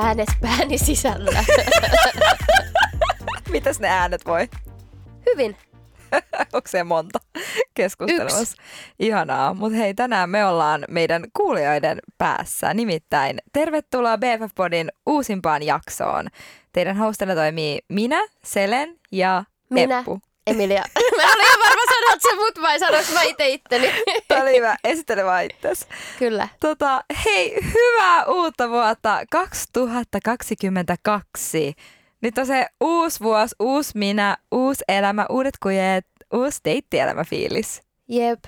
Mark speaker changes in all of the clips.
Speaker 1: äänet pääni sisällä.
Speaker 2: Mitäs ne äänet voi?
Speaker 1: Hyvin.
Speaker 2: Onko se monta keskustelemassa? 1. Ihanaa. Mutta hei, tänään me ollaan meidän kuulijoiden päässä. Nimittäin tervetuloa BFF-podin uusimpaan jaksoon. Teidän hostina toimii minä, Selen ja Eppu.
Speaker 1: Emilia. Mä olin ihan varma sanot se, mutta mä en sanois mä itteni.
Speaker 2: Tämä oli hyvä. Esittele vaan itsesi.
Speaker 1: Kyllä.
Speaker 2: Hei, hyvää uutta vuotta 2022. Nyt on se uusi vuosi, uusi minä, uusi elämä, uudet kujet, uusi deittielämäfiilis.
Speaker 1: Jep.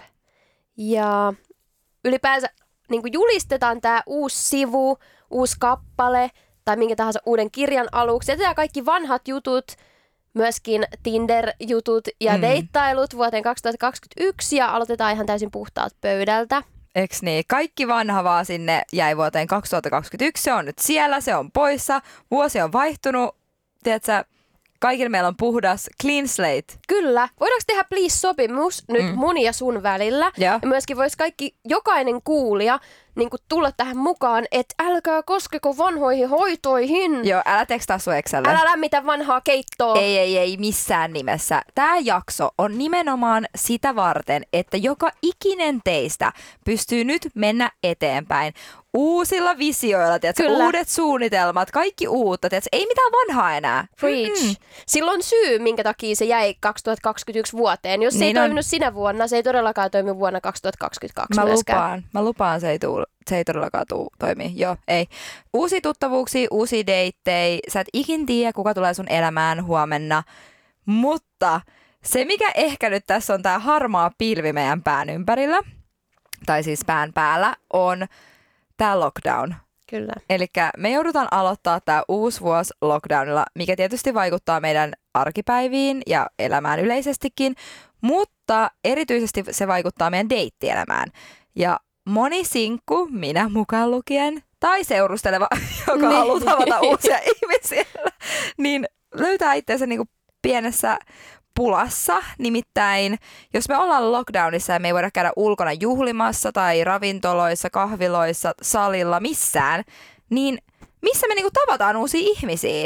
Speaker 1: Ja ylipäänsä niin kuin julistetaan tää uusi sivu, uusi kappale tai minkä tahansa uuden kirjan aluksi. Jätetään kaikki vanhat jutut, myöskin Tinder-jutut ja deittailut vuoteen 2021 ja aloitetaan ihan täysin puhtaalta pöydältä.
Speaker 2: Eks niin? Kaikki vanha vaan sinne jäi vuoteen 2021. Se on nyt siellä, se on poissa. Vuosi on vaihtunut. Tiedätkö, kaikilla meillä on puhdas clean slate.
Speaker 1: Kyllä. Voidaanko tehdä please sopimus nyt mun ja sun välillä? Ja myöskin voisi jokainen kuulija niin tulla tähän mukaan, että älkää koskeko vanhoihin hoitoihin.
Speaker 2: Joo, älä tekstaa sun Excelle.
Speaker 1: Älä lämmitä vanhaa keittoa.
Speaker 2: Ei missään nimessä. Tämä jakso on nimenomaan sitä varten, että joka ikinen teistä pystyy nyt mennä eteenpäin. Uusilla visioilla, tiedätkö, uudet suunnitelmat, kaikki uutta, tiedätkö, ei mitään vanhaa enää.
Speaker 1: Preach. Silloin syy, minkä takia se jäi 2021 vuoteen. Jos se ei toiminut sinä vuonna, se ei todellakaan toimi vuonna 2022 myöskään.
Speaker 2: Mä lupaan, se ei todellakaan toimi. Joo, ei. Uusia tuttavuuksia, uusia deittejä. Sä et ikin tiedä, kuka tulee sun elämään huomenna. Mutta se, mikä ehkä nyt tässä on tää harmaa pilvi meidän pään ympärillä, tai siis pään päällä, on tää lockdown.
Speaker 1: Kyllä.
Speaker 2: Elikkä me joudutaan aloittaa tää uusi vuosi lockdownilla, mikä tietysti vaikuttaa meidän arkipäiviin ja elämään yleisestikin, mutta erityisesti se vaikuttaa meidän deittielämään. Ja moni sinkku, minä mukaan lukien, tai seurusteleva, joka haluaa tavata uusia ihmisiä, niin löytää itseänsä niinku pienessä pulassa. Nimittäin, jos me ollaan lockdownissa ja me ei voida käydä ulkona juhlimassa tai ravintoloissa, kahviloissa, salilla, missään, niin missä me niinku tavataan uusia ihmisiä?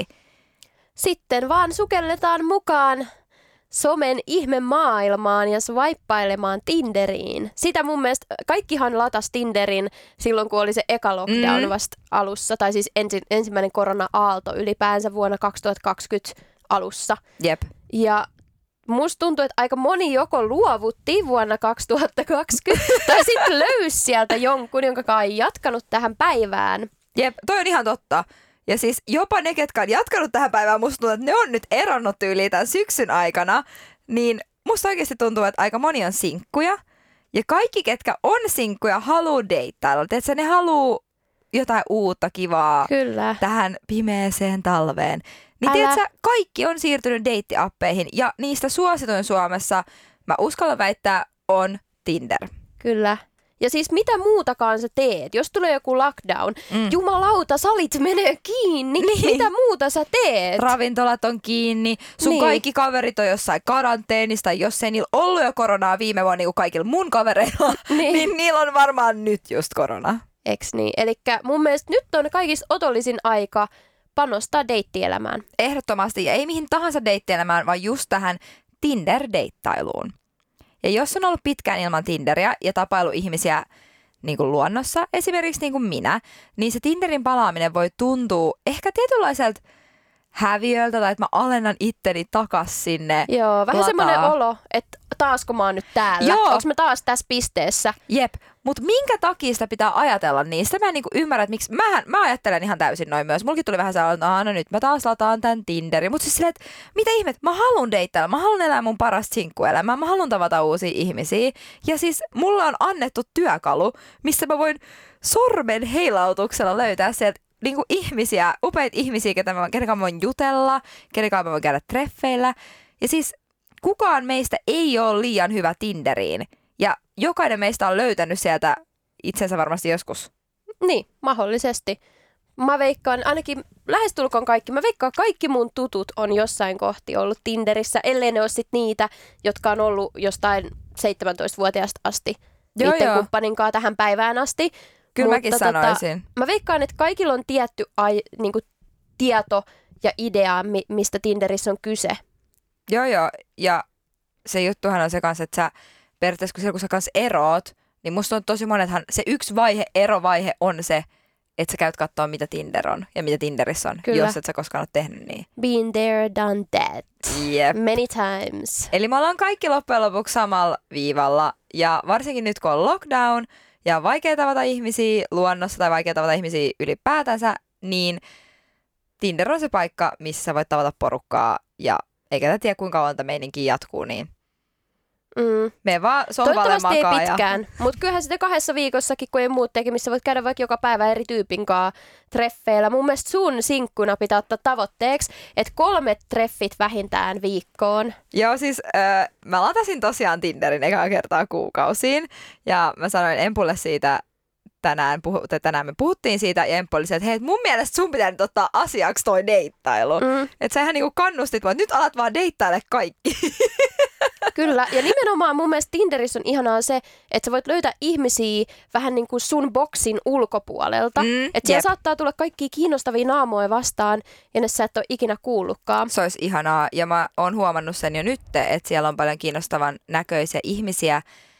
Speaker 1: Sitten vaan sukelletaan mukaan somen ihmemaailmaan ja swipailemaan Tinderiin. Sitä mun mielestä kaikkihan latas Tinderin silloin, kun oli se eka lockdown vasta alussa, tai siis ensimmäinen korona-aalto ylipäänsä vuonna 2020 alussa.
Speaker 2: Jep.
Speaker 1: Ja musta tuntuu, että aika moni joko luovutti vuonna 2020 tai sitten löysi sieltä jonkun, jonka ei jatkanut tähän päivään.
Speaker 2: Jep, toi on ihan totta. Ja siis jopa ne, ketkä on jatkanut tähän päivään, musta tuntuu, että ne on nyt eronnut tyyliin tämän syksyn aikana, niin musta oikeasti tuntuu, että aika moni on sinkkuja. Ja kaikki, ketkä on sinkkuja, haluaa deittailla. Tiedätkö, ne haluaa jotain uutta, kivaa tähän pimeeseen talveen. Niin tiedätkö, kaikki on siirtynyt deittiappeihin ja niistä suosituin Suomessa, mä uskallan väittää, on Tinder.
Speaker 1: Kyllä. Ja siis mitä muutakaan sä teet? Jos tulee joku lockdown, jumalauta, salit menee kiinni. Niin. Mitä muuta sä teet?
Speaker 2: Ravintolat on kiinni, sun kaikki kaverit on jossain karanteenista. Jos ei niillä ollut jo koronaa viime vuonna niin kuin kaikilla mun kavereilla, niin niillä on varmaan nyt just korona.
Speaker 1: Eks niin? Elikkä mun mielestä nyt on kaikista otollisin aika panostaa deittielämään.
Speaker 2: Ehdottomasti, ja ei mihin tahansa deittielämään, vaan just tähän Tinder-deittailuun. Ja jos on ollut pitkään ilman Tinderiä ja tapailu ihmisiä niin kuin luonnossa, esimerkiksi niin kuin minä, niin se Tinderin palaaminen voi tuntua ehkä tietynlaiselta häviöltä tai että mä alennan itteni takas sinne.
Speaker 1: Joo, vähän semmoinen olo, että taasko mä oon nyt täällä? Onko mä taas tässä pisteessä?
Speaker 2: Jep, mutta minkä takia sitä pitää ajatella niin? Sitä mä en niinku ymmärrä, että miksi. Mä ajattelen ihan täysin noin myös. Mulkin tuli vähän sellainen, että no nyt mä taas lataan tän Tinderin. Mutta siis silleen, että mitä ihmet, mä haluan deittailla, mä haluan elää mun parasta sinkkuelämää, mä haluan tavata uusia ihmisiä. Ja siis mulle on annettu työkalu, missä mä voin sormen heilautuksella löytää sieltä niinku ihmisiä, upeita ihmisiä, kenen mä voin jutella, kenen mä voin käydä treffeillä. Ja siis kukaan meistä ei ole liian hyvä Tinderiin. Ja jokainen meistä on löytänyt sieltä itsensä varmasti joskus.
Speaker 1: Niin, mahdollisesti. Mä veikkaan, ainakin lähestulkoon kaikki, mä veikkaan kaikki mun tutut on jossain kohti ollut Tinderissä, ellei ne ole sit niitä, jotka on ollut jostain 17-vuotiaasta asti niiden kumppaninkaan tähän päivään asti.
Speaker 2: Kyllä mäkin sanoisin.
Speaker 1: Mä veikkaan, että kaikilla on tietty niinku tieto ja idea, mistä Tinderissä on kyse.
Speaker 2: Joo, ja se juttuhan on se kanssa, että sä periaatteessa kun sä kanssa eroot, niin musta on tosi monethan, se yksi erovaihe on se, että sä käyt katsoa, mitä Tinder on ja mitä Tinderissä on,
Speaker 1: Kyllä.
Speaker 2: jos et sä koskaan ole tehnyt niin.
Speaker 1: Been there, done that.
Speaker 2: Jep.
Speaker 1: Many times.
Speaker 2: Eli me ollaan kaikki loppujen lopuksi samalla viivalla, ja varsinkin nyt kun on lockdown ja vaikea tavata ihmisiä luonnossa tai vaikea tavata ihmisiä ylipäätänsä, niin Tinder on se paikka, missä sä voit tavata porukkaa, ja eikä tätä tiedä kuinka kauan tämä meininki jatkuu, niin me vaan sohvalle makaa.
Speaker 1: Toivottavasti ei pitkään, mutta kyllähän sitten 2 viikossakin, kun ei muut tekemistä, voit käydä vaikka joka päivä eri tyypin kanssa treffeillä. Mun mielestä sun sinkkuna pitää ottaa tavoitteeksi, että 3 treffit vähintään viikkoon.
Speaker 2: Joo, siis mä latasin tosiaan Tinderin ekaa kertaa kuukausiin, ja mä sanoin Empulle siitä tänään me puhuttiin siitä, ja Emppu oli se, että hei, mun mielestä sun pitää nyt ottaa asiaksi toi deittailu. Että sä ihan niinku kannustit vaan, että nyt alat vaan deittaile kaikki.
Speaker 1: Kyllä, ja nimenomaan mun mielestä Tinderissä on ihanaa se, että sä voit löytää ihmisiä vähän niin kuin sun boksin ulkopuolelta. Että siellä saattaa tulla kaikkia kiinnostavia naamoja vastaan, ja sä et ole ikinä kuullutkaan.
Speaker 2: Se olisi ihanaa, ja mä oon huomannut sen jo nyt, että siellä on paljon kiinnostavan näköisiä ihmisiä,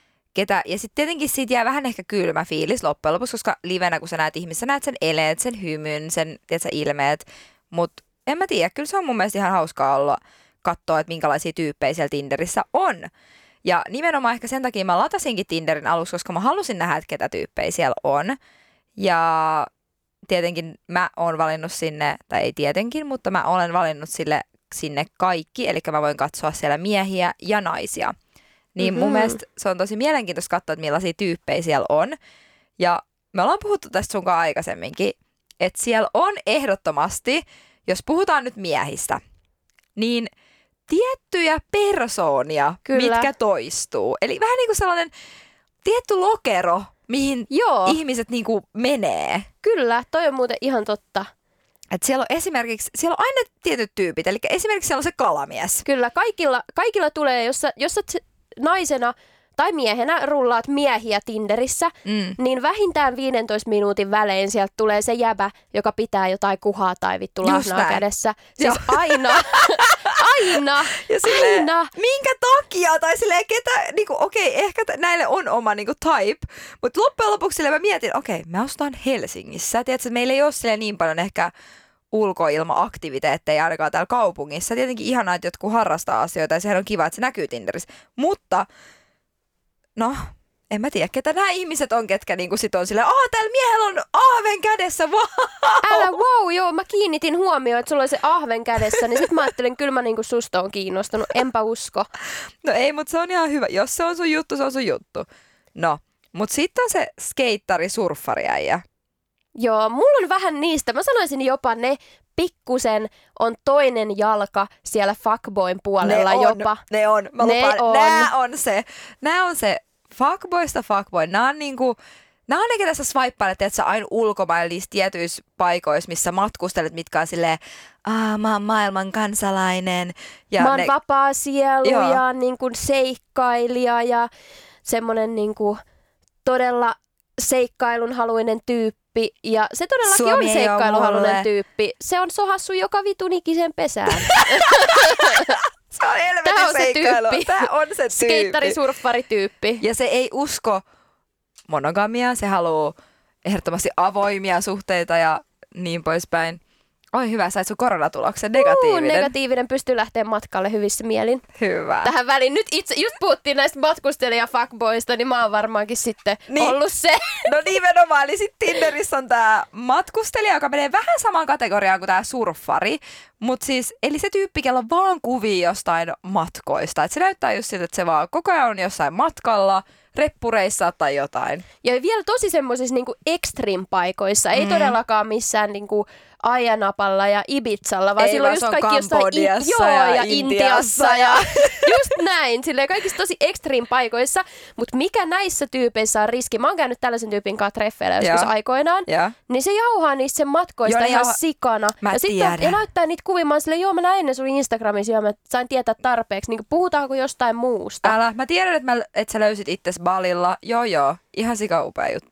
Speaker 2: ja sitten tietenkin siitä jää vähän ehkä kylmä fiilis loppujen lopuksi, koska livenä kun sä näet ihmisiä, sä näet sen eleet, sen hymyn, sen tiedätkö, ilmeet. Mutta en mä tiedä, kyllä se on mun mielestä ihan hauskaa olla katsoa, että minkälaisia tyyppejä siellä Tinderissä on. Ja nimenomaan ehkä sen takia mä latasinkin Tinderin aluksi, koska mä halusin nähdä, että ketä tyyppejä siellä on. Ja tietenkin mä oon valinnut sinne, tai ei tietenkin, mutta mä olen valinnut sinne kaikki, eli mä voin katsoa siellä miehiä ja naisia. Niin mun mielestä se on tosi mielenkiintoista katsoa, että millaisia tyyppejä siellä on. Ja me ollaan puhuttu tästä sunkaan aikaisemminkin, että siellä on ehdottomasti, jos puhutaan nyt miehistä, niin tiettyjä persoonia, mitkä toistuu. Eli vähän niin kuin sellainen tietty lokero, mihin ihmiset niin kuin menee.
Speaker 1: Kyllä, toi on muuten ihan totta.
Speaker 2: Et siellä on aina tietyt tyypit, eli esimerkiksi siellä on se kalamies.
Speaker 1: Kyllä, kaikilla tulee, jos sä naisena tai miehenä rullaat miehiä Tinderissä, niin vähintään 15 minuutin välein sieltä tulee se jäbä, joka pitää jotain kuhaa tai vittu lahnaa kädessä. Siis aina. Aina.
Speaker 2: Ja silleen,
Speaker 1: aina.
Speaker 2: Minkä takia? Tai silleen, niinku, okei, ehkä näille on oma niinku type, mutta loppujen lopuksi silleen mä mietin, mä asun Helsingissä. Tiedätkö, että meillä ei ole silleen niin paljon ehkä ulkoilma-aktiviteetteja ainakaan täällä kaupungissa. Tietenkin ihanaa, että jotkut harrastaa asioita ja sehän on kiva, että se näkyy Tinderissä. Mutta, no, en mä tiedä, ketä nämä ihmiset on, ketkä niinku sit on silleen, täällä miehellä on ahven kädessä, wow!
Speaker 1: Älä joo, mä kiinnitin huomioon, että sulla oli se ahven kädessä, niin sit mä ajattelin, kyllä mä niinku susta on kiinnostunut, enpä usko.
Speaker 2: No ei, mutta se on ihan hyvä. Jos se on sun juttu, se on sun juttu. No, mutta sitten on se skeittari-surffariäijä.
Speaker 1: Joo, mulla on vähän niistä. Mä sanoisin jopa ne pikkusen on toinen jalka siellä fuckboyn puolella jopa.
Speaker 2: Ne on. Mä lupaan, nää on se fuckboysta fuckboy. Nää on ne, ketä sä swipeilet, että sä aina ulkomailla niissä tietyissä paikoissa, missä matkustelet, mitkä on silleen, mä oon maailman kansalainen. Ja
Speaker 1: mä oon vapaa sielu ja niin kuin seikkailija ja semmonen niin kuin todella seikkailunhaluinen tyyppi. Ja se todellakin
Speaker 2: Suomi
Speaker 1: on seikkailuhaluinen tyyppi. Se on sohassu joka vitun ikisen pesään.
Speaker 2: Se on helvetin seikkailu. Tää on se tyyppi.
Speaker 1: Skeittari-surffari-tyyppi.
Speaker 2: Ja se ei usko monogamiaa. Se haluaa ehdottomasti avoimia suhteita ja niin poispäin. Oi hyvä, sait sun koronatuloksen, negatiivinen.
Speaker 1: Negatiivinen, pystyy lähteä matkalle hyvissä mielin.
Speaker 2: Hyvä.
Speaker 1: Tähän väliin nyt itse, just puhuttiin näistä matkustelija-fuckboista, niin mä oon varmaankin sitten ollut se.
Speaker 2: No nimenomaan, eli sitten Tinderissä on tää matkustelija, joka menee vähän samaan kategoriaan kuin tää surffari. Mutta siis, eli se tyyppi, kello on vaan kuvia jostain matkoista. Et se näyttää just siltä, että se vaan koko ajan on jossain matkalla, reppureissa tai jotain.
Speaker 1: Ja vielä tosi semmoisissa niinku extreme-paikoissa, ei todellakaan missään niinku Ayanapalla ja Ibizalla, vaan silloin just kaikki jostain
Speaker 2: ja
Speaker 1: Intiassa ja just näin, silleen kaikissa tosi extreme-paikoissa. Mutta mikä näissä tyypeissä on riski? Mä oon käynyt tällaisen tyypin kanssa treffeillä joskus aikoinaan, niin se jauhaa niistä sen matkoista ihan sikana.
Speaker 2: Mä tiedän.
Speaker 1: Ja näyttää niitä kuvia, mä oon silleen, mä näin ne sun Instagramissa ja mä sain tietää tarpeeksi. Niin puhutaanko jostain muusta?
Speaker 2: Älä, mä tiedän, että sä löysit itses Balilla. Joo, ihan sika upea juttu.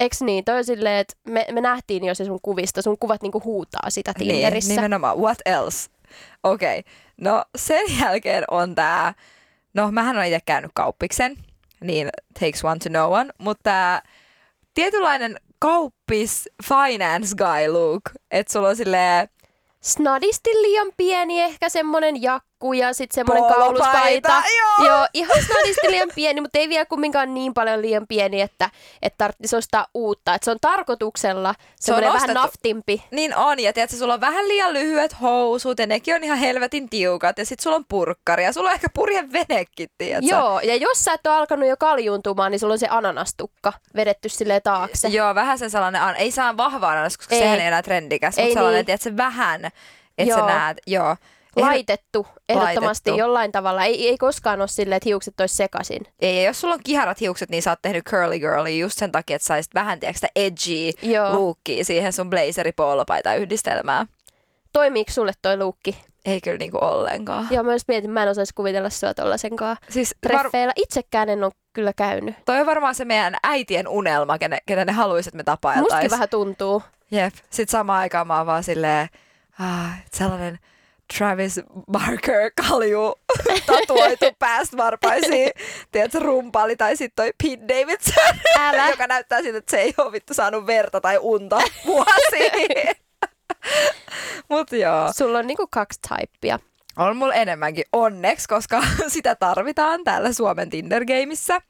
Speaker 1: Eiks niin? Toi on silleen, että me nähtiin jo se sun kuvista. Sun kuvat niinku huutaa sitä Tinderissä.
Speaker 2: Niin, nimenomaan. What else? Okei. Okay. No sen jälkeen on tää, no mähän olen itse käynyt kauppiksen, niin takes one to know one, mutta tää tietynlainen kauppis finance guy look, että sulla on silleen
Speaker 1: Snadisti liian pieni ehkä semmonen jakku ja sitten semmonen
Speaker 2: Polopaita,
Speaker 1: kauluspaita.
Speaker 2: joo.
Speaker 1: Joo, ihan snadisti liian pieni, mutta ei vielä kumminkaan niin paljon liian pieni, että tarvitsisi ostaa uutta. Et se on tarkoituksella semmoinen vähän naftimpi.
Speaker 2: Niin on, ja tiedätkö, sulla on vähän liian lyhyet housut ja nekin on ihan helvetin tiukat ja sit sulla on purkkari ja sulla on ehkä purjevenekin, tiedätkö?
Speaker 1: Joo, ja jos sä et ole alkanut jo kaljuuntumaan, niin sulla on se ananastukka vedetty silleen taakse.
Speaker 2: Joo, vähän sen sellainen, ei saa vahvaa ananas, koska sehän ei enää trendikäs, mutta sellainen, niin. Tiedätkö, vähän, että sä näet, joo.
Speaker 1: Laitettu ehdottomasti jollain tavalla. Ei koskaan ole silleen, että hiukset olisi sekaisin.
Speaker 2: Ei, jos sulla on kiharat hiukset, niin sä oot tehnyt curly girlia just sen takia, että saisit vähän, tiedätkö, sitä edgy lookia siihen sun blazeri polopaita yhdistelmään.
Speaker 1: Toimiiko sulle toi luukki?
Speaker 2: Ei kyllä niinku ollenkaan.
Speaker 1: Joo, mä myös mietin, mä en osaisi kuvitella sua tollasenkaan
Speaker 2: siis
Speaker 1: treffeillä. Itsekään en ole kyllä käynyt.
Speaker 2: Toi on varmaan se meidän äitien unelma, ketä ne haluaisi, että me tapailtais.
Speaker 1: Mustakin vähän tuntuu.
Speaker 2: Jep. Sitten samaan aikaan mä oon vaan silleen, sellainen Travis Barker kalju tatuoitu päästä varpaisiin. Tiedätkö, rumpali tai sitten toi Pete Davidson, joka näyttää siltä, että se ei ole vittu saanut verta tai unta vuosiin. Mut joo.
Speaker 1: Sulla on niinku 2 taippia.
Speaker 2: On mulla enemmänkin onneksi, koska sitä tarvitaan täällä Suomen Tinder-gameissa.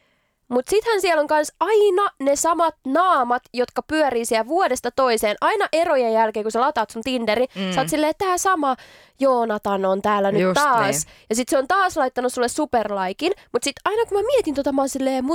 Speaker 1: Mut sittenhän siellä on kans aina ne samat naamat, jotka pyörii siellä vuodesta toiseen. Aina erojen jälkeen, kun sä lataat sun Tinderi, sä oot silleen, tää sama Joonatan on täällä nyt just taas. Niin. Ja sit se on taas laittanut sulle superlaikin. Mut sit aina kun mä mietin mä oon silleen,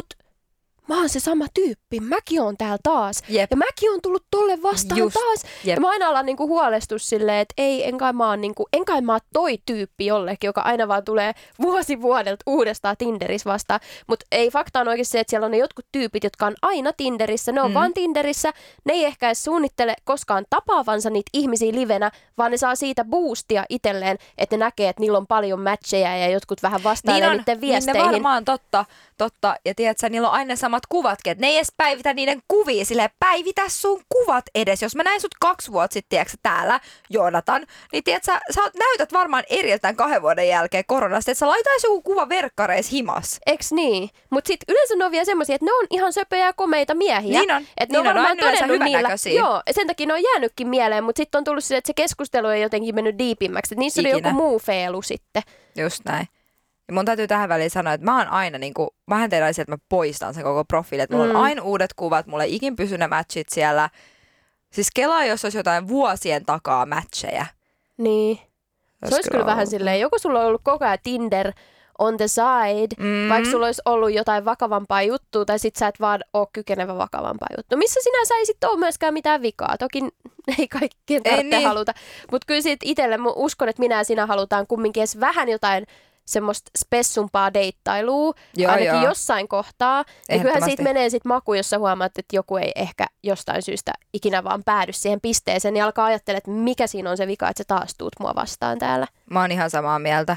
Speaker 1: mä oon se sama tyyppi, mäkin oon täällä taas.
Speaker 2: Jep.
Speaker 1: Ja mäkin oon tullut tolle vastaan taas.
Speaker 2: Jep.
Speaker 1: Ja mä aina alan niinku huolestus silleen, että en kai mä oon toi tyyppi jollekin, joka aina vaan tulee vuosi vuodelta uudestaan Tinderissä vastaan. Mutta ei fakta on oikein se, että siellä on ne jotkut tyypit, jotka on aina Tinderissä. Ne on vaan Tinderissä. Ne ei ehkä edes suunnittele koskaan tapaavansa niitä ihmisiä livenä, vaan ne saa siitä boostia itselleen, että ne näkee, että niillä on paljon matcheja ja jotkut vähän vastailee niiden viesteihin.
Speaker 2: Niin ne varmaan totta. Ja tiedätkö, niillä on aina samat kuvatkin, että ne ei edes päivitä niiden kuvia, silleen päivitä sun kuvat edes. Jos mä näin sut 2 vuotta sitten, tiedätkö, täällä, Joonatan, niin tiedätkö, sä näytät varmaan eriltään 2 vuoden jälkeen koronasta, että sä laitais joku kuva verkkareis himas.
Speaker 1: Eks niin? Mut sit yleensä ne on vielä semmosia, että ne on ihan söpöjä ja komeita miehiä.
Speaker 2: Niin on.
Speaker 1: Että ne on varmaan todennut niillä.
Speaker 2: Näköisiä.
Speaker 1: Joo, sen takia ne on jäänytkin mieleen, mutta sitten on tullut sille, että se keskustelu ei jotenkin mennyt diipimmäksi. Että niissä oli joku muu feelu sitten.
Speaker 2: Just näin. Ja mun täytyy tähän väliin sanoa, että mä oon aina niinku, mähän tein aina että mä poistan sen koko profiili. Että mulla on aina uudet kuvat, mulla ei ikin pysy ne matchit siellä. Siis kelaa, jos olisi jotain vuosien takaa matcheja.
Speaker 1: Niin. Se olisi kyllä vähän silleen, joko sulla on ollut koko ajan Tinder on the side, vaikka sulla olisi ollut jotain vakavampaa juttua, tai sit sä et vaan ole kykenevä vakavampaa juttua. Missä sinänsä ei sit ole myöskään mitään vikaa. Toki ei kaikkien tarvitse haluta. Mutta kyllä sit itselle uskon, että minä ja sinä halutaan kumminkin edes vähän jotain semmoista spessumpaa deittailua, ainakin jossain kohtaa. Ja kyllähän siitä menee sit maku, jos sä huomaat, että joku ei ehkä jostain syystä ikinä vaan päädy siihen pisteeseen, niin alkaa ajattelemaan, että mikä siinä on se vika, että sä taas tuut mua vastaan täällä.
Speaker 2: Mä oon ihan samaa mieltä.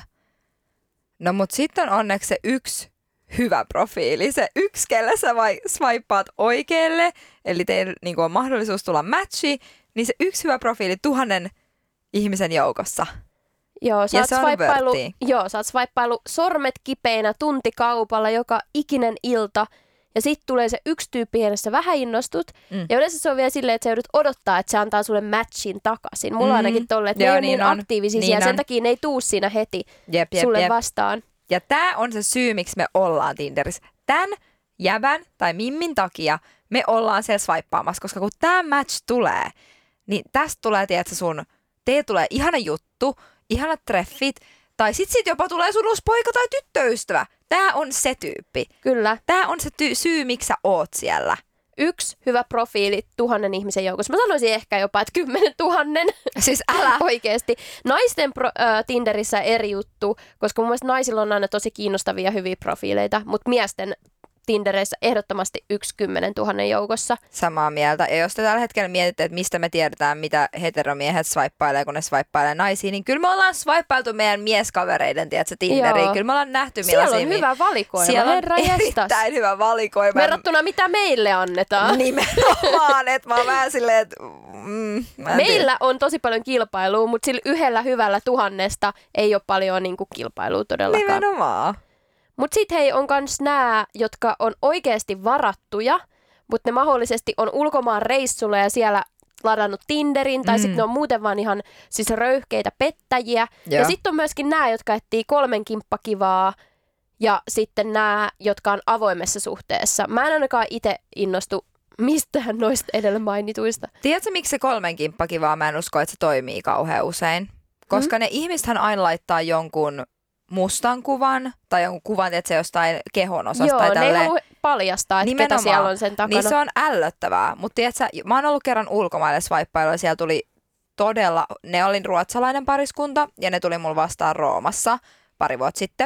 Speaker 2: No mut sitten on onneksi se yksi hyvä profiili, se yksi, kelle sä swipeaat oikealle, eli teillä niinku on mahdollisuus tulla matchi, niin se yksi hyvä profiili 1000 ihmisen joukossa.
Speaker 1: Joo, sä oot swipailu sormet kipeinä tuntikaupalla joka ikinen ilta. Ja sit tulee se yksi tyyppi, kenessä vähän innostut. Ja yleensä se on vielä silleen, että sä joudut odottaa, että se antaa sulle matchin takaisin. Mulla ainakin tolle, että ne ei ole niin aktiivisia ja sen takia ne ei tuu siinä heti sulle vastaan.
Speaker 2: Ja tää on se syy, miksi me ollaan Tinderissä. Tän jäbän tai mimmin takia me ollaan siellä swipeaamassa, koska kun tää match tulee, niin tästä tulee, tiedätkö, teille tulee ihana juttu, ihanat treffit, tai sit jopa tulee sun uusi poika tai tyttöystävä. Tää on se tyyppi.
Speaker 1: Kyllä.
Speaker 2: Tää on se syy, miksi sä oot siellä.
Speaker 1: Yksi hyvä profiili 1000 ihmisen joukossa. Mä sanoisin ehkä jopa, että 10 000.
Speaker 2: Siis älä.
Speaker 1: Oikeesti. Naisten Tinderissä eri juttu, koska mun mielestä naisilla on aina tosi kiinnostavia hyviä profiileita, mutta miesten Tindereissä ehdottomasti 10 000 joukossa.
Speaker 2: Samaa mieltä. Ja jos te tällä hetkellä mietitte, että mistä me tiedetään, mitä heteromiehet swipeilee, kun ne swipeilee naisiin, niin kyllä me ollaan swipeiltu meidän mieskavereiden, tiedätkö, Tinderiin.
Speaker 1: Joo.
Speaker 2: Kyllä me ollaan nähty millaisia.
Speaker 1: Siellä on hyvä valikoima,
Speaker 2: siellä on
Speaker 1: herra jestas.
Speaker 2: erittäin hyvä valikoima.
Speaker 1: Verrattuna mitä meille annetaan.
Speaker 2: Nimenomaan, että mä oon vähän silleen, että
Speaker 1: meillä on tosi paljon kilpailua, mutta sillä yhdellä hyvällä 1000 ei ole paljon niinku kilpailua todellakaan.
Speaker 2: Nimenomaan.
Speaker 1: Mutta sitten hei, on kans nää, jotka on oikeasti varattuja, mutta ne mahdollisesti on ulkomaan reissulla ja siellä ladannut Tinderin, tai sitten ne on muuten vaan ihan siis röyhkeitä pettäjiä. Ja sitten on myöskin nämä, jotka etsii 3 kimppakivaa, ja sitten nämä, jotka on avoimessa suhteessa. Mä en ainakaan itse innostu mistään noista edellä mainituista.
Speaker 2: Tiedätkö, miksi se 3 kimppakivaa mä en usko, että se toimii kauhean usein? Koska ne ihmisethän aina laittaa jonkun mustan kuvan tai jonkun kuvan, että se jostain kehonosasta.
Speaker 1: Joo,
Speaker 2: tai
Speaker 1: ne
Speaker 2: tälleen.
Speaker 1: ei halua paljastaa, että ketä siellä on sen takana.
Speaker 2: Niin se on ällöttävää. Mutta tiedätkö, mä oon ollut kerran ulkomaille swipeilulla ja siellä tuli todella, ne oli ruotsalainen pariskunta ja ne tuli mulle vastaan Roomassa pari vuotta sitten.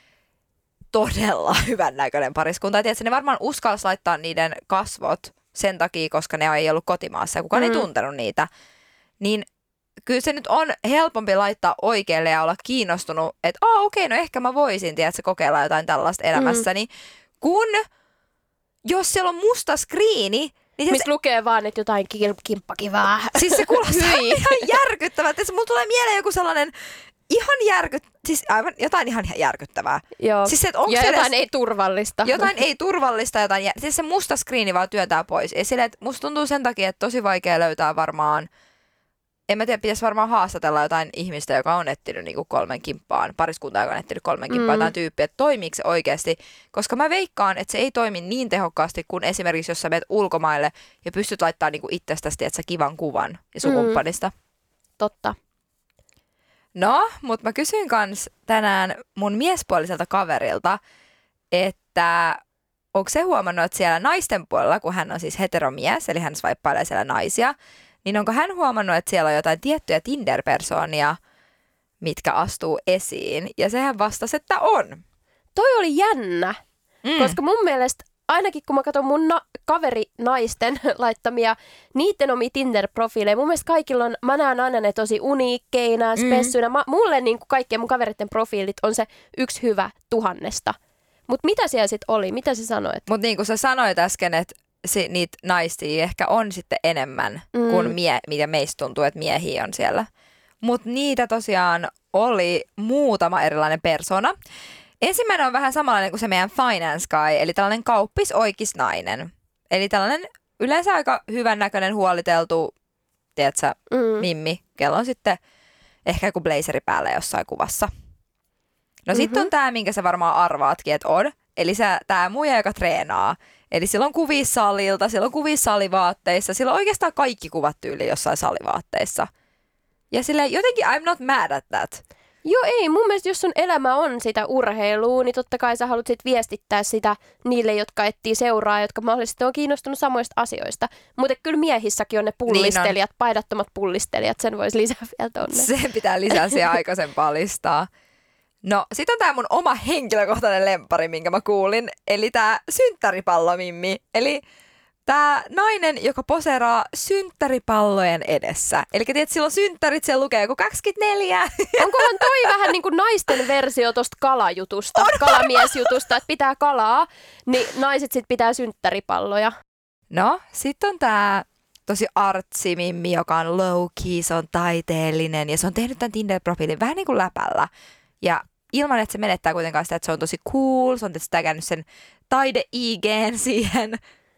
Speaker 2: Todella hyvän näköinen pariskunta. Tiedätkö, ne varmaan uskalsi laittaa niiden kasvot sen takia, koska ne ei ollut kotimaassa ja kukaan ei tuntenut niitä. Niin kyllä se nyt on helpompi laittaa oikealle ja olla kiinnostunut, että okei, no ehkä mä voisin, tiedätkö, kokeilla jotain tällaista elämässäni, kun jos siellä on musta skriini, niin
Speaker 1: mistä lukee vaan, että jotain kimppakivaa.
Speaker 2: Siis se kuulostaa ihan järkyttävältä. Mulla tulee mieleen joku sellainen siis aivan jotain ihan järkyttävää.
Speaker 1: Joo.
Speaker 2: Siis se, onko
Speaker 1: ja
Speaker 2: se
Speaker 1: jotain ei turvallista.
Speaker 2: Jotain ei turvallista, siis se musta skriini vaan työntää pois. Ja silleen, että musta tuntuu sen takia, että tosi vaikea löytää varmaan, en mä tiedä, pitäisi varmaan haastatella jotain ihmistä, joka on etsinyt niinku 3 kimppaan, pariskuntaa, joka on etsinyt 3 kimppaan, jotain tyyppiä, että toimiiko se oikeasti. Koska mä veikkaan, että se ei toimi niin tehokkaasti kuin esimerkiksi, jos sä menet ulkomaille ja pystyt laittamaan niinku itsestäsi, että sä kivan kuvan ja sun kumppanista.
Speaker 1: Totta.
Speaker 2: No, mutta mä kysyin kans tänään mun miespuoliselta kaverilta, että onko se huomannut, että siellä naisten puolella, kun hän on siis heteromies, eli hän swipeilee siellä naisia, niin onko hän huomannut, että siellä on jotain tiettyjä Tinder-persoonia, mitkä astuu esiin? Ja sehän vastasi, että on.
Speaker 1: Toi oli jännä, koska mun mielestä ainakin kun mä katson mun kaverinaisten laittamia niiden omia Tinder-profiileja, mun mielestä kaikilla on, mä näen aina ne tosi uniikkeina, spessuina. Mulle niin kuin kaikkien mun kavereiden profiilit on se yksi hyvä 1000. Mutta mitä siellä sitten oli? Mitä sä sanoit?
Speaker 2: Mutta niin kuin sä sanoit äsken, että niitä naisia ehkä on sitten enemmän kuin mitä meistä tuntuu, että miehiä on siellä. Mutta niitä tosiaan oli muutama erilainen persona. Ensimmäinen on vähän samanlainen kuin se meidän finance guy, eli tällainen kauppisoikisnainen. Eli tällainen yleensä aika hyvän näköinen huoliteltu, tiedätkö, mimmi, kello on sitten ehkä joku blazeri päällä jossain kuvassa. No sitten on tämä, minkä sä varmaan arvaatkin, että on. Eli tämä muija, joka treenaa. Eli silloin kuvia salilta, silloin kuvia salivaatteissa, silloin oikeastaan kaikki kuvat tyyli jossain salivaatteissa. Ja silleen jotenkin I'm not mad at that.
Speaker 1: Joo ei, mun mielestä jos sun elämä on sitä urheilua, niin totta kai sä haluat sit viestittää sitä niille, jotka etsii seuraa, jotka mahdollisesti on kiinnostunut samoista asioista. Mutta kyllä miehissäkin on ne pullistelijat, niin paidattomat pullistelijat, sen voisi lisää vielä tonne.
Speaker 2: Sen pitää lisää siihen aikaisempaa listaa. No, sit on tää mun oma henkilökohtainen lemppari, minkä mä kuulin, eli tää synttäripallomimmi. Eli tää nainen, joka poseeraa synttäripallojen edessä. Eli tiedät, silloin synttärit, siellä lukee joku 24.
Speaker 1: Onkohan toi vähän niin kuin naisten versio tosta kalajutusta, kalamiesjutusta, että pitää kalaa, niin naiset sit pitää synttäripalloja.
Speaker 2: No, sit on tää tosi artsimimmi, joka on low-key, se on taiteellinen ja se on tehnyt tämän Tinder-profiilin vähän niin kuin läpällä. Ja ilman, että se menettää kuitenkaan sitä, että se on tosi cool, se on tietysti tägännyt sen taide-IGn siihen.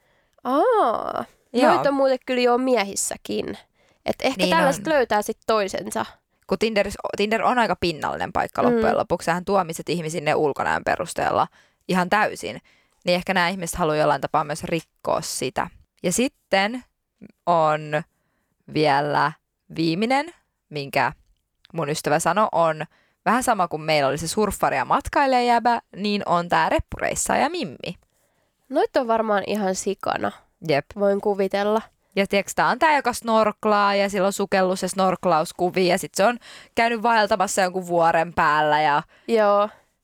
Speaker 1: Noita on muuten kyllä jo miehissäkin. Että ehkä niin tällaiset löytää sitten toisensa.
Speaker 2: Kun Tinder on aika pinnallinen paikka loppujen lopuksi, sähän tuomiset ihmisiin ne ulkonäön perusteella ihan täysin, niin ehkä nämä ihmiset haluaa jollain tapaa myös rikkoa sitä. Ja sitten on vielä viimeinen, minkä mun ystävä sanoi, on vähän sama kuin meillä oli se surffari ja matkailijajäbä, niin on tää reppureissaaja Mimmi.
Speaker 1: Noita on varmaan ihan sikana.
Speaker 2: Jep.
Speaker 1: Voin kuvitella.
Speaker 2: Ja tiiäks, tää on tää, joka snorklaa ja sillä on sukellus- ja snorklauskuvia ja sit se on käynyt vaeltamassa jonkun vuoren päällä. Ja
Speaker 1: joo.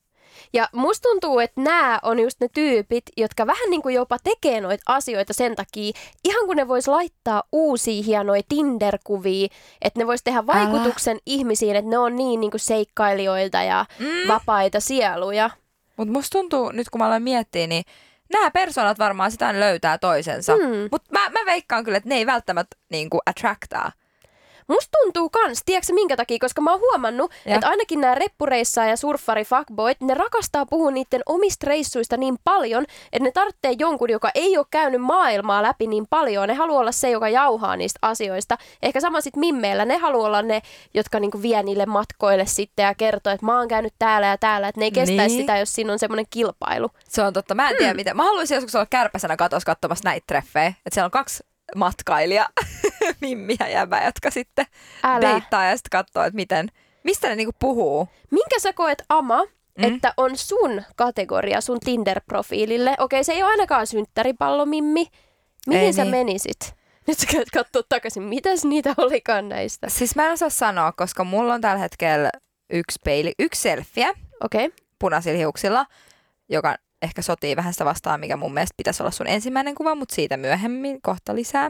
Speaker 1: Ja musta tuntuu, että nämä on just ne tyypit, jotka vähän niin kuin jopa tekee noita asioita sen takia, ihan kun ne vois laittaa uusia hienoja Tinder-kuvia, että ne vois tehdä vaikutuksen ihmisiin, että ne on niin kuin seikkailijoilta ja vapaita sieluja.
Speaker 2: Mutta musta tuntuu, nyt kun mä aloin miettiä, niin nämä persoonat varmaan sitä löytää toisensa. Mutta mä veikkaan kyllä, että ne ei välttämättä niinku attractaa.
Speaker 1: Musta tuntuu kans, tiedätkö minkä takia, koska mä oon huomannut, että ainakin nämä reppureissaa ja surffari-fuckboyt, ne rakastaa puhua niiden omista reissuista niin paljon, että ne tarvitsee jonkun, joka ei ole käynyt maailmaa läpi niin paljon. Ne haluaa olla se, joka jauhaa niistä asioista. Ehkä sama sit mimmeillä, ne haluaa olla ne, jotka niinku vie niille matkoille sitten ja kertoo, että mä oon käynyt täällä ja täällä, että ne ei kestäisi sitä, jos siinä on semmoinen kilpailu.
Speaker 2: Se on totta, mä en tiedä mitä. Mä haluaisin joskus olla kärpäsenä katossa katsomassa näitä treffejä, että siellä on 2 matkailija, mimmiä ja jäbä, jotka sitten deittaa ja sitten katsoo, että mistä ne niinku puhuu.
Speaker 1: Minkä sä koet, Ama, että on sun kategoria sun Tinder-profiilille? Okei, se ei ole ainakaan synttäripallomimmi. Mihin sä menisit? Nyt sä käyt katsoa takaisin, mitäs niitä olikaan näistä?
Speaker 2: Siis mä en osaa sanoa, koska mulla on tällä hetkellä yksi selfie punaisilla hiuksilla, joka ehkä sotii vähän sitä vastaan, mikä mun mielestä pitäisi olla sun ensimmäinen kuva, mutta siitä myöhemmin kohta lisää.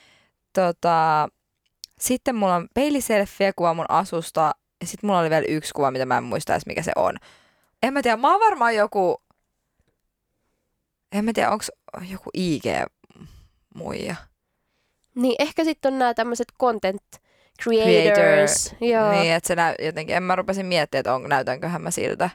Speaker 2: Sitten mulla on peiliselfie kuva mun asusta ja sitten mulla oli vielä yksi kuva, mitä mä en muista edes mikä se on. En mä tiedä, mä oon varmaan onko joku IG-muija.
Speaker 1: Niin, ehkä sitten on nämä tämmöiset content creators.
Speaker 2: Joo. Niin, että se jotenkin, mä rupesin miettimään, että näytänköhän mä siltä.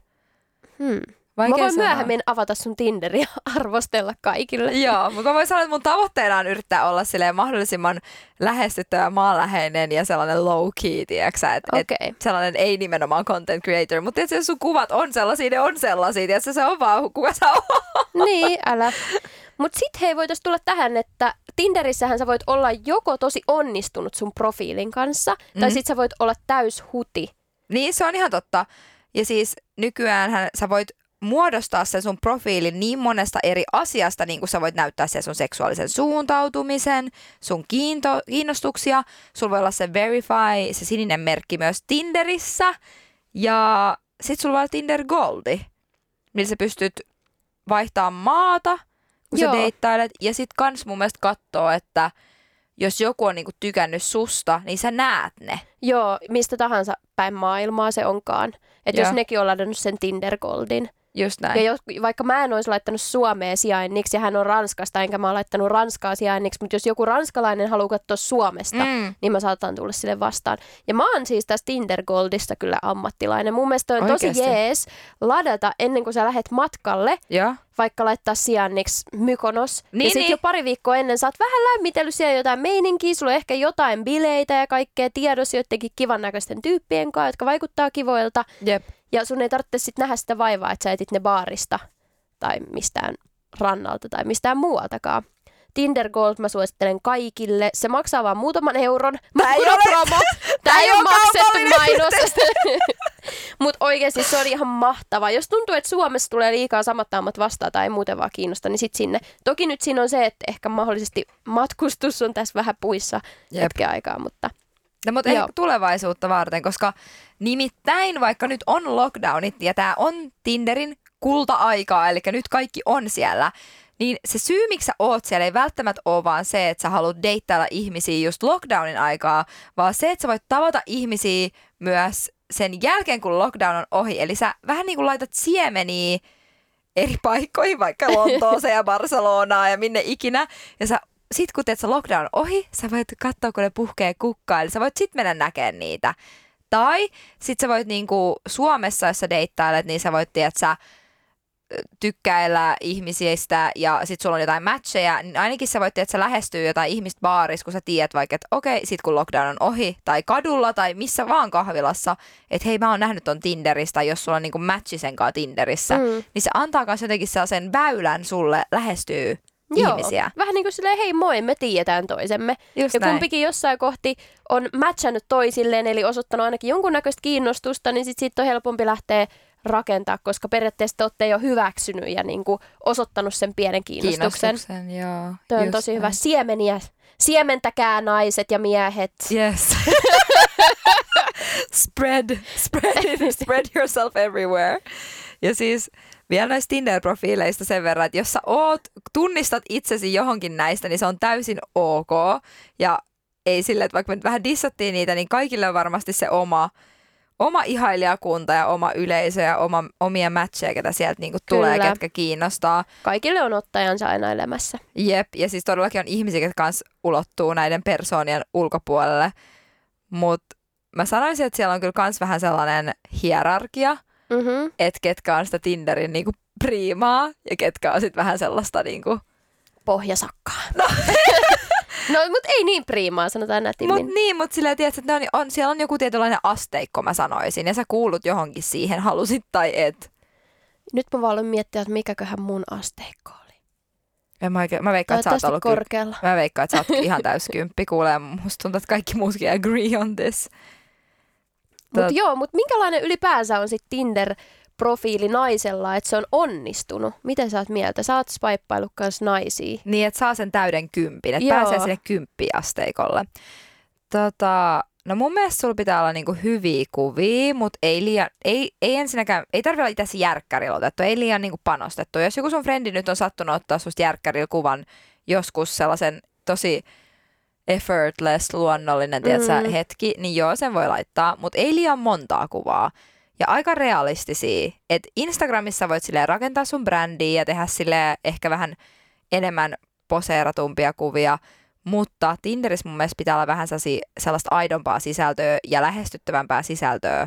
Speaker 1: Mä voin myöhemmin avata sun Tinderin ja arvostella kaikille.
Speaker 2: Joo, mutta mä voin sanoa, että mun tavoitteena on yrittää olla silleen mahdollisimman lähestyttävä, maanläheinen ja sellainen low key, tiiäksä, että sellainen ei nimenomaan content creator, mutta tietysti jos sun kuvat on sellaisia, ne on sellaisia, tiiäksä, se on vaan kuka sä oot.
Speaker 1: Niin, älä. Mutta sit hei, voitaisiin tulla tähän, että Tinderissähän sä voit olla joko tosi onnistunut sun profiilin kanssa, tai sit sä voit olla täys huti.
Speaker 2: Niin, se on ihan totta. Ja siis nykyäänhän sä voit muodostaa sen sun profiilin niin monesta eri asiasta, niin kuin sä voit näyttää sen sun seksuaalisen suuntautumisen, sun kiinnostuksia. Sulla voi olla se verify, se sininen merkki myös Tinderissä. Ja sit sulla voi olla Tinder Goldi, millä sä pystyt vaihtamaan maata, kun sä deittailet. Ja sit kans mun mielestä katsoo, että jos joku on niinku tykännyt susta, niin sä näet ne.
Speaker 1: Joo, mistä tahansa päin maailmaa se onkaan. Että jos nekin on ladannut sen Tinder Goldin.
Speaker 2: Just näin.
Speaker 1: Ja vaikka mä en olisi laittanut Suomea sijainniksi ja hän on Ranskasta, enkä mä ole laittanut Ranskaa sijainniksi, mutta jos joku ranskalainen haluaa katsoa Suomesta, niin mä saatan tulla sille vastaan. Ja mä oon siis tästä Tinder Goldista kyllä ammattilainen. Mun mielestä on tosi jees ladata ennen kuin sä lähet matkalle, vaikka laittaa sijainniksi Mykonos. Ja sit jo pari viikkoa ennen sä oot vähän lämmitellyt siellä jotain meininkiä, sulla on ehkä jotain bileitä ja kaikkea tiedossa jotenkin kivan näköisten tyyppien kanssa, jotka vaikuttaa kivoilta.
Speaker 2: Jep.
Speaker 1: Ja sun ei tarvitse sitten nähdä sitä vaivaa, että sä etit ne baarista tai mistään rannalta tai mistään muualtakaan. Tinder Gold mä suosittelen kaikille. Se maksaa vaan muutaman euron. Tää ei ole maksettu mainos. Mut oikeesti se on ihan mahtava. Jos tuntuu, että Suomessa tulee liikaa samat naamat vastaan tai ei muuten vaan kiinnosta, niin sit sinne. Toki nyt siinä on se, että ehkä mahdollisesti matkustus on tässä vähän puissa hetken aikaa, mutta...
Speaker 2: No, mutta ehkä tulevaisuutta varten, koska nimittäin vaikka nyt on lockdownit ja tää on Tinderin kulta-aikaa, eli nyt kaikki on siellä, niin se syy, miksi sä oot siellä, ei välttämättä ole vaan se, että sä haluat deittailla ihmisiä just lockdownin aikaa, vaan se, että sä voit tavata ihmisiä myös sen jälkeen, kun lockdown on ohi. Eli sä vähän niin kuin laitat siemeniä eri paikkoihin, vaikka Lontooseen ja Barcelonaan ja minne ikinä, ja sä sit kun teet sä lockdown ohi, sä voit katsoa, kun ne puhkee kukkaa, eli sä voit sit mennä näkemään niitä. Tai sit sä voit niinku Suomessa, jos sä deittailet, niin sä voit, tiedät sä, tykkäillä ihmisistä ja sit sulla on jotain matcheja, niin ainakin sä voit, tiedät sä, lähestyä jotain ihmistä baarissa, kun sä tiedät vaikka, että okei, sit kun lockdown on ohi, tai kadulla, tai missä vaan kahvilassa, että hei, mä oon nähnyt ton Tinderistä, jos sulla on niinku matchi senkaan Tinderissä, niin se antaa myös jotenkin sellaisen väylän sulle lähestyä ihmisiä.
Speaker 1: Vähän niin kuin silleen, hei moi, me tiedetään toisemme.
Speaker 2: Just
Speaker 1: ja
Speaker 2: näin.
Speaker 1: kumpikin jossain kohti on matchannut toisilleen, eli osoittanut ainakin jonkunnäköistä kiinnostusta, niin sit siitä on helpompi lähteä rakentaa, koska periaatteessa te olette jo hyväksynyt ja niin kuin osoittanut sen pienen kiinnostuksen.
Speaker 2: Joo.
Speaker 1: Tuo on tosi hyvä. Siemeniä. Siementäkää naiset ja miehet.
Speaker 2: Yes. Spread yourself everywhere. Ja siis vielä näistä Tinder-profiileista sen verran, että jos sä tunnistat itsesi johonkin näistä, niin se on täysin ok. Ja ei sille, että vaikka me nyt vähän dissattiin niitä, niin kaikille on varmasti se oma ihailijakunta ja oma yleisö ja omia matcheja, ketä sieltä niinku tulee, ketkä kiinnostaa.
Speaker 1: Kaikille on ottajansa aina elämässä.
Speaker 2: Jep, ja siis todellakin on ihmisiä, ketkä kans ulottuu näiden persoonien ulkopuolelle. Mutta mä sanoisin, että siellä on kyllä kans vähän sellainen hierarkia, että ketkä on sitä Tinderin niinku priimaa ja ketkä on sit vähän sellaista niinku...
Speaker 1: Pohjasakkaa. No, mutta ei niin priimaa, sanotaan nätimmin.
Speaker 2: Mutta silleen, tiedätkö, että siellä on joku tietynlainen asteikko, mä sanoisin, ja sä kuulut johonkin siihen, halusit tai et.
Speaker 1: Nyt mä vaan aloin miettiä, että mikäköhän mun asteikko oli.
Speaker 2: Mä veikkaan, että sä oot ollut
Speaker 1: korkealla.
Speaker 2: Mä veikkaan, että sä oot ihan täyskymppi. Kuulee, musta tuntuu, että kaikki muutkin agree on this.
Speaker 1: Mutta minkälainen ylipäänsä on sitten Tinder-profiili naisella, että se on onnistunut? Miten sä oot mieltä? Sä oot swippaillut kans naisia.
Speaker 2: Niin, että saa sen täyden 10, että pääsee sinne 10-asteikolle. No mun mielestä sulla pitää olla niinku hyviä kuvia, mutta ei ensinnäkään, ei tarvitse olla itse järkkärillä otettu, ei liian niinku panostettu. Jos joku sun frendi nyt on sattunut ottaa susta järkkärillä kuvan joskus sellaisen tosi effortless, luonnollinen hetki, niin joo, sen voi laittaa, mutta ei liian montaa kuvaa. Ja aika realistisia, että Instagramissa voit silleen rakentaa sun brändiä ja tehdä silleen ehkä vähän enemmän poseeratumpia kuvia, mutta Tinderissä mun mielestä pitää olla vähän sellaista aidompaa sisältöä ja lähestyttävämpää sisältöä.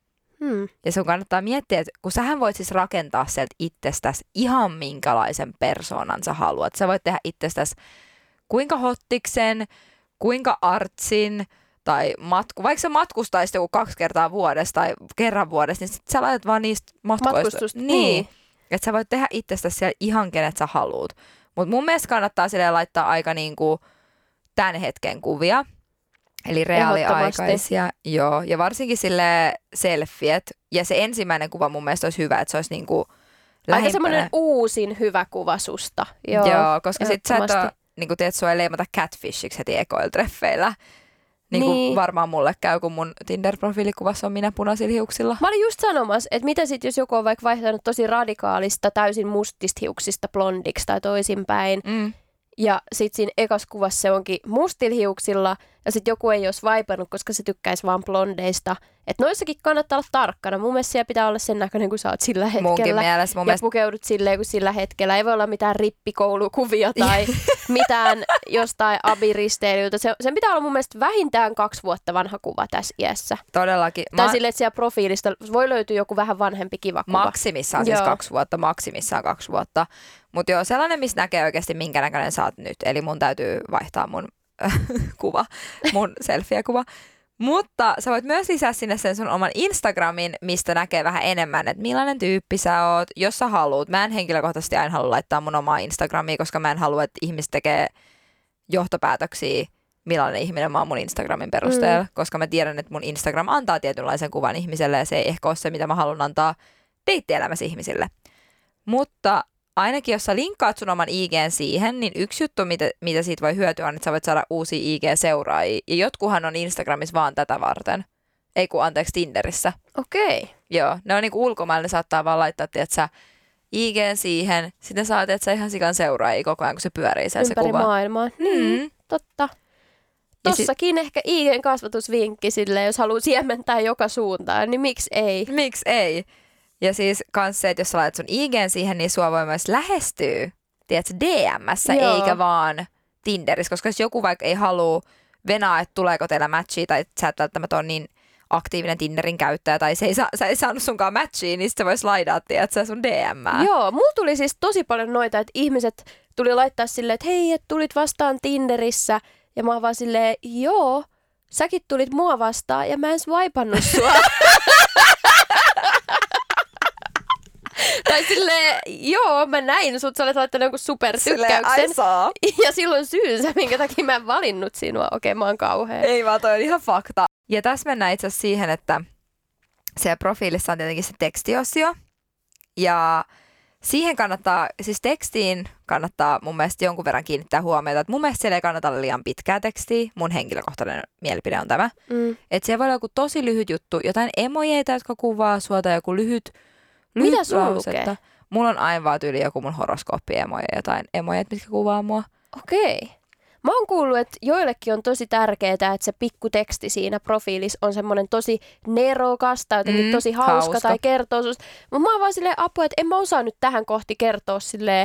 Speaker 2: Ja sun kannattaa miettiä, että kun sähän voit siis rakentaa sieltä itsestäsi ihan minkälaisen persoonan sä haluat. Sä voit tehdä itsestäsi kuinka hottiksen, kuinka artsin, tai vaikka sä matkustaisit joku 2 kertaa vuodessa tai kerran vuodessa, niin sit sä laitat vaan niistä matkustusta. Niin. Että sä voit tehdä itsestäsi siellä ihan kenet sä haluut. Mutta mun mielestä kannattaa silleen laittaa aika niinku tämän hetken kuvia. Eli reaaliaikaisia. Joo, ja varsinkin sille selfiet. Ja se ensimmäinen kuva mun mielestä olisi hyvä, että se olisi niinku lähempänä.
Speaker 1: Aika semmoinen uusin hyvä kuva susta. Joo,
Speaker 2: koska sit sä et ole, niinku teet sua ei leimata catfishiksi heti ekoilla treffeillä. Niin kuin varmaan mulle käy, kun mun Tinder-profiilikuvassa on minä punaisilla hiuksilla.
Speaker 1: Mä olin just sanomassa, että mitä sit, jos joku on vaikka vaihtanut tosi radikaalista, täysin mustista hiuksista blondiksi tai toisinpäin. Ja sit siinä ekas kuvassa se onkin mustilla hiuksilla ja sit joku ei olisi vaipannut, koska se tykkäisi vaan blondeista. Että noissakin kannattaa olla tarkkana. Mun mielestä siellä pitää olla sen näköinen, kun sä oot sillä hetkellä.
Speaker 2: Munkin mielestä.
Speaker 1: Ja pukeudut silleen kuin sillä hetkellä. Ei voi olla mitään rippikoulukuvia tai mitään jostain abiristeilijöitä. Sen pitää olla mun mielestä vähintään 2 vuotta vanha kuva tässä iässä.
Speaker 2: Todellakin.
Speaker 1: Tai silleen, että siellä profiilista voi löytyä joku vähän vanhempi kiva kuva.
Speaker 2: Maksimissaan siis 2 vuotta. Maksimissaan 2 vuotta. Mutta joo, sellainen, missä näkee oikeasti minkä näköinen sä oot nyt. Eli mun täytyy vaihtaa mun kuva, mun selfie-kuva. Mutta sä voit myös lisää sinne sen sun oman Instagramin, mistä näkee vähän enemmän, että millainen tyyppi sä oot, jos sä haluut. Mä en henkilökohtaisesti aina halua laittaa mun omaa Instagramia, koska mä en halua, että ihmiset tekee johtopäätöksiä, millainen ihminen mä oon mun Instagramin perusteella. Koska mä tiedän, että mun Instagram antaa tietynlaisen kuvan ihmiselle ja se ei ehkä ole se, mitä mä haluan antaa deittielämässä ihmisille. Mutta ainakin jos sä linkkaat sun oman IG:n siihen, niin yksi juttu, mitä siitä voi hyötyä on, että sä voit saada uusia IG-seuraajia. Ja jotkuhan on Instagramissa vaan tätä varten. Ei kun anteeksi Tinderissä.
Speaker 1: Okei.
Speaker 2: Joo, ne on niinku ulkomailla, ne saattaa vaan laittaa, että sä IG:n siihen, sitten saat, että sä ihan sikan seuraajia koko ajan, kun se pyörii sen se kuva.
Speaker 1: Ympäri maailmaa. Totta. Tossakin ehkä IG:n kasvatusvinkki silleen, jos haluaa siementää joka suuntaan, niin miksi ei?
Speaker 2: Miksi ei? Ja siis kans se, että jos sä laitat sun IG:n siihen, niin sua voi myös lähestyä, tiedätkö, DM:ssä, eikä vaan Tinderissä. Koska jos joku vaikka ei halua venaa, että tuleeko teillä matchia, tai sä et välttämättä ole niin aktiivinen Tinderin käyttäjä, tai sä ei saanut sunkaan matchia, niin sitten se voi slaidaa, tiedätkö, sun DM:ää.
Speaker 1: Joo, mulla tuli siis tosi paljon noita, että ihmiset tuli laittaa silleen, että hei, että tulit vastaan Tinderissä. Ja mä oon vaan silleen, joo, säkin tulit mua vastaan, ja mä en swipannut sua. Tai silleen, joo, mä näin sut, sä olet laittanut jonkun supertykkäyksen. Ja silloin syynsä, minkä takia mä en valinnut sinua. Okei, mä oon kauhea.
Speaker 2: Ei vaan, toi on ihan fakta. Ja tässä mennään itse asiassa siihen, että siellä profiilissa on tietenkin se tekstiosio. Ja siihen kannattaa, siis tekstiin kannattaa mun mielestä jonkun verran kiinnittää huomiota. Että mun mielestä siellä ei kannata olla liian pitkää tekstiä. Mun henkilökohtainen mielipide on tämä. Että siellä voi olla joku tosi lyhyt juttu, jotain emojeita, jotka kuvaa sua, tai joku
Speaker 1: Mitä sun lukee?
Speaker 2: Mulla on aina vaan tyyli joku mun horoskooppiemoja ja jotain emoja, mitkä kuvaa mua.
Speaker 1: Okei. Mä oon kuullut, että joillekin on tosi tärkeää, että se pikkuteksti siinä profiilissa on semmoinen tosi nerokas tai jotenkin tosi hauska tai kertoo susta. Mutta mä oon vaan silleen apua, että en mä osaa nyt tähän kohti kertoa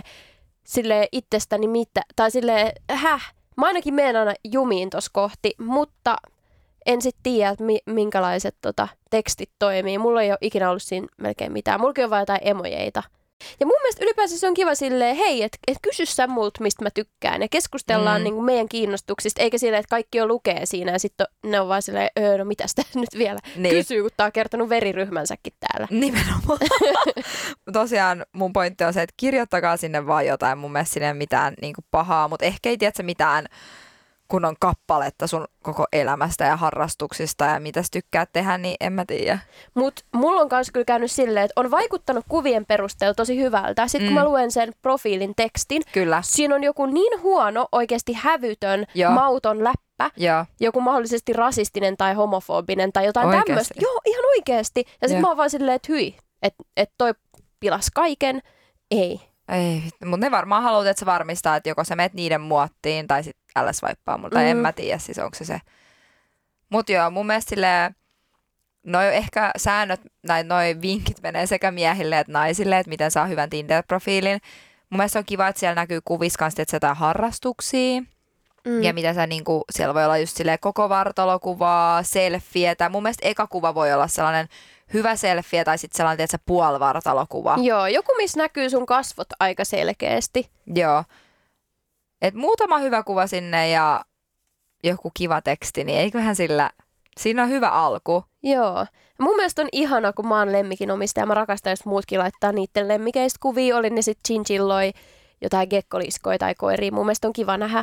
Speaker 1: silleen itsestäni mitä. Tai silleen, mä ainakin menen aina jumiin tossa kohti, mutta en sit tiedä, että minkälaiset tekstit toimii. Mulla ei ole ikinä ollut siinä melkein mitään. Mullakin on vaan jotain emojeita. Ja mun mielestä ylipäänsä se on kiva silleen, hei, että kysy sä multa, mistä mä tykkään. Ja keskustellaan niin kuin meidän kiinnostuksista, eikä silleen, että kaikki jo lukee siinä. Ja sitten ne on vaan silleen, no mitäs tää nyt vielä kysyy, kun tää on kertonut veriryhmänsäkin täällä.
Speaker 2: Nimenomaan. Tosiaan mun pointti on se, että kirjoittakaa sinne vaan jotain. Mun mielestä sinne ei mitään niin kuin pahaa, mutta ehkä ei tiedä mitään kunnon kappaletta sun koko elämästä ja harrastuksista ja mitä sä tykkäät tehdä, niin en mä tiedä.
Speaker 1: Mut mulla on kans kyllä käynyt silleen, että on vaikuttanut kuvien perusteella tosi hyvältä. Sitten kun mä luen sen profiilin tekstin,
Speaker 2: kyllä.
Speaker 1: Siinä on joku niin huono, oikeasti hävytön, mauton läppä, joku mahdollisesti rasistinen tai homofobinen tai jotain tämmöistä. Joo, ihan oikeasti. Ja sitten mä oon vaan silleen, että hyi, että toi pilas kaiken. Ei,
Speaker 2: mutta ne varmaan haluat, että se varmistaa, että joko sä menet niiden muottiin tai sitten älä swipea mulle. Tai en mä tiedä, siis onko se. Mut joo, mun mielestä silleen, noi ehkä säännöt, noi vinkit menee sekä miehille että naisille, että miten saa hyvän Tinder-profiilin. Mun mielestä on kiva, että siellä näkyy kuvissa kanssa, että sä jotain harrastuksia. Ja mitä sä niinku, siellä voi olla just silleen koko vartalokuvaa, selfietä. Mun mielestä eka kuva voi olla sellainen hyvä selfie tai sitten sellainen, että se puolivartalokuva.
Speaker 1: Joo, joku missä näkyy sun kasvot aika selkeästi.
Speaker 2: Joo. Et muutama hyvä kuva sinne ja joku kiva teksti, niin eiköhän sillä, siinä on hyvä alku.
Speaker 1: Joo. Mun mielestä on ihana, kun mä oon lemmikin omistaja. Mä rakastan, jos muutkin laittaa niiden lemmikeistä kuvia. Oli ne sitten chinchilloi, jotain gekkoliskoja tai koiria. Mun mielestä on kiva nähdä.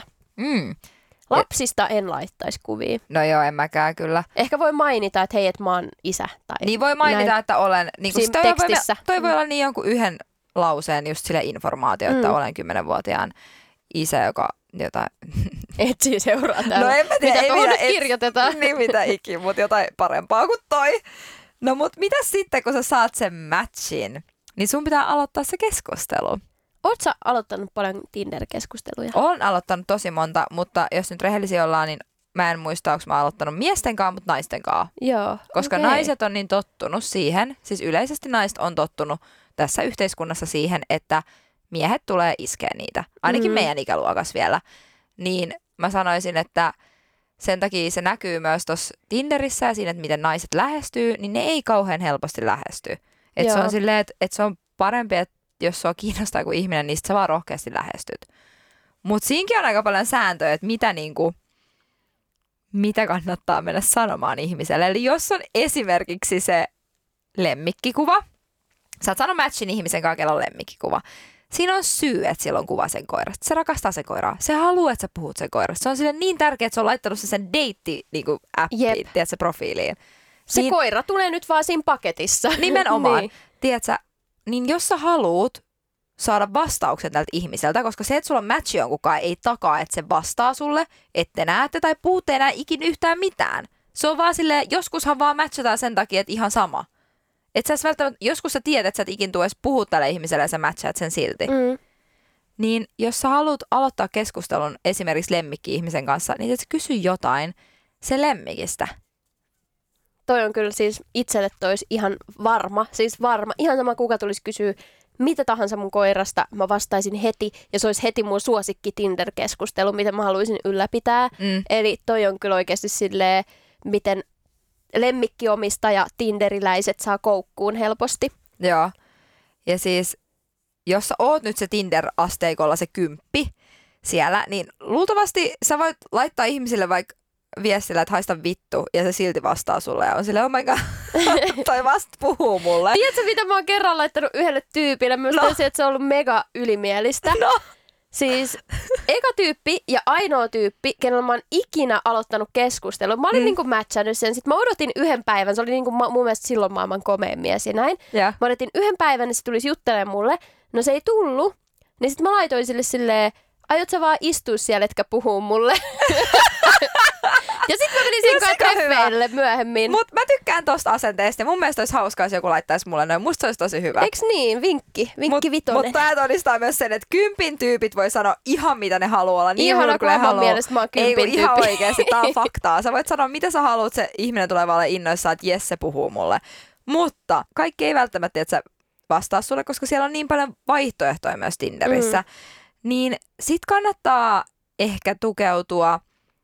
Speaker 1: Lapsista en laittaisi kuvia.
Speaker 2: No joo, en mäkään kyllä.
Speaker 1: Ehkä voi mainita, että hei, että mä oon isä. Tai
Speaker 2: niin voi mainita, näin. Että olen. Niin
Speaker 1: siinä tekstissä.
Speaker 2: Toi voi olla niin jonkun yhden lauseen just sille informaatio, että olen 10-vuotiaan isä, joka jotain...
Speaker 1: Etsii seuraa täällä.
Speaker 2: No en mä tiedä.
Speaker 1: Mitä tuohon nyt kirjoitetaan?
Speaker 2: Niin mitä ikin, mutta jotain parempaa kuin toi. No mut mitä sitten, kun sä saat sen matchin, niin sun pitää aloittaa se keskustelu.
Speaker 1: Oot sä aloittanut paljon Tinder-keskusteluja?
Speaker 2: Olen aloittanut tosi monta, mutta jos nyt rehellisiä ollaan, niin mä en muista, onko mä aloittanut miesten kanssa, mutta naisten kanssa.
Speaker 1: Joo,
Speaker 2: koska naiset on niin tottunut siihen, siis yleisesti naiset on tottunut tässä yhteiskunnassa siihen, että miehet tulee iskeä niitä. Ainakin meidän ikäluokas vielä. Niin mä sanoisin, että sen takia se näkyy myös tuossa Tinderissä ja siinä, että miten naiset lähestyy, niin ne ei kauhean helposti lähesty. Että se on silleen, että se on parempi, että jos sua kiinnostaa kuin ihminen, niin sit sä vaan rohkeasti lähestyt. Mutta siinäkin on aika paljon sääntöjä, että mitä kannattaa mennä sanomaan ihmiselle. Eli jos on esimerkiksi se lemmikkikuva, sä oot saanut matchin ihmisen kanssa, kello on lemmikkikuva. Siinä on syy, että sillä on kuva sen koirasta. Se rakastaa sen koiraa. Se haluaa, että sä puhut sen koirasta. Se on sille niin tärkeää, että se on laittanut sen deitti-appiin, tiedätkö, profiiliin.
Speaker 1: Se koira tulee nyt vaan siinä paketissa.
Speaker 2: Nimenomaan. Niin. Tiedätkö, niin jos sä haluut saada vastauksen tältä ihmiseltä, koska se, että sulla on matchi jonkunkaan, ei takaa, että se vastaa sulle, että näette tai puhutte enää ikinä yhtään mitään. Se on vaan silleen, joskushan vaan matchataan sen takia, että ihan sama. Että sä välttämättä, joskus sä tiedät, että sä et ikinä tule edes puhua tälle ihmiselle ja sä matchaat sen silti. Niin jos sä haluat aloittaa keskustelun esimerkiksi lemmikki-ihmisen kanssa, niin et sä kysy jotain sen lemmikistä.
Speaker 1: Toi on kyllä siis itselle tois ihan varma. Siis varma. Ihan sama kuka tulisi kysyä mitä tahansa mun koirasta. Mä vastaisin heti ja se olisi heti mun suosikki Tinder-keskustelu, mitä mä haluaisin ylläpitää. Eli toi on kyllä oikeasti silleen, miten lemmikkiomistaja Tinderiläiset saa koukkuun helposti.
Speaker 2: Joo. Ja siis, jos sä oot nyt se Tinder-asteikolla se 10 siellä, niin luultavasti sä voit laittaa ihmisille vaikka viestillä, että haista vittu, ja se silti vastaa sulle. Ja on silleen, oh my god, toi vasta puhuu mulle.
Speaker 1: Tiedätkö, mitä mä oon kerran laittanut yhdelle tyypille? Mä että se on ollut mega ylimielistä. Siis eka tyyppi ja ainoa tyyppi, kenellä mä oon ikinä aloittanut keskustelun. Mä olin niinku matchannut sen. Sitten mä odotin yhden päivän. Se oli niinku mun mielestä silloin maailman komein mies ja näin.
Speaker 2: Yeah.
Speaker 1: Mä odotin yhden päivän, niin se tulisi juttelemaan mulle. No se ei tullut. Niin sit mä laitoin sille silleen, aiot sä vaan istua siellä, etkä puhuu mulle? Ja sit mä menin sen kanssa treffeille myöhemmin.
Speaker 2: Mut mä tykkään tosta asenteesta ja mun mielestä olisi hauskaa, jos joku laittaisi mulle noin. Musta se olisi tosi hyvä.
Speaker 1: Eiks niin? Vinkki vitonen.
Speaker 2: Mutta tää todistaa myös sen, että 10 tyypit voi sanoa ihan mitä ne haluaa olla. Niin
Speaker 1: ihana, kun oman mielestä mä oon 10 tyyppi.
Speaker 2: Ei ihan oikeesti, tää on faktaa. Sä voit sanoa mitä sä haluat, se ihminen tulee vaan innoissaan, että jes se puhuu mulle. Mutta kaikki ei välttämättä, että sä vastaa sulle, koska siellä on niin paljon vaihtoehtoja myös Tinderissä. Niin sit kannattaa ehkä tukeutua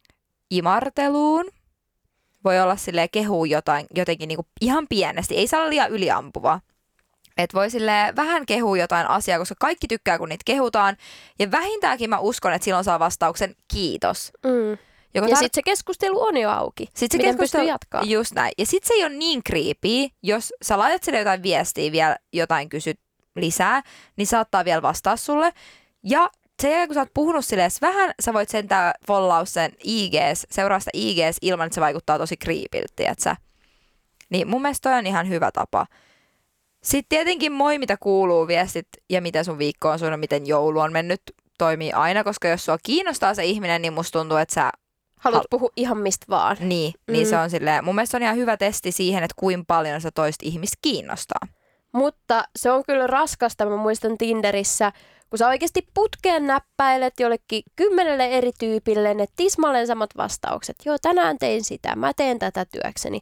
Speaker 2: imarteluun. Voi olla silleen kehuu jotenkin niinku ihan pienesti. Ei saa olla liian yliampuva. Että voi silleen vähän kehua jotain asiaa, koska kaikki tykkää, kun niitä kehutaan. Ja vähintäänkin mä uskon, että silloin saa vastauksen kiitos.
Speaker 1: Ja sitten se keskustelu on jo auki. Miten pystyy jatkaa.
Speaker 2: Just näin. Ja sitten se ei ole niin creepy, jos sä laitat sille jotain viestiä, vielä jotain kysyt lisää, niin saattaa vielä vastaa sulle. Ja sen jälkeen, kun sä oot puhunut silleen vähän, sä voit sentään follaus sen seuraa sitä IGs ilman, että se vaikuttaa tosi creepyltä, tietsä. Niin mun mielestä toi on ihan hyvä tapa. Sitten tietenkin moi, mitä kuuluu viestit ja mitä sun viikko on sun, miten joulu on mennyt, toimii aina, koska jos sua kiinnostaa se ihminen, niin musta tuntuu, että sä
Speaker 1: haluat puhua ihan mistä vaan.
Speaker 2: Niin se on silleen, mun mielestä on ihan hyvä testi siihen, että kuinka paljon sä toista ihmistä kiinnostaa.
Speaker 1: Mutta se on kyllä raskasta, mä muistan Tinderissä, kun sä oikeasti putkeen näppäilet jollekin 10 eri tyypille ne tismalleen samat vastaukset. Joo, tänään tein sitä, mä teen tätä työkseni.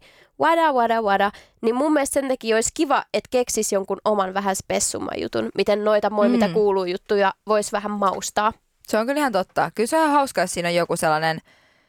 Speaker 1: Wada. Niin mun mielestä sen takia olisi kiva, että keksis jonkun oman vähän spessumman jutun, miten noita mitä kuuluu juttuja voisi vähän maustaa.
Speaker 2: Se on kyllä ihan totta. Kyllä se on ihan hauska, jos siinä on joku sellainen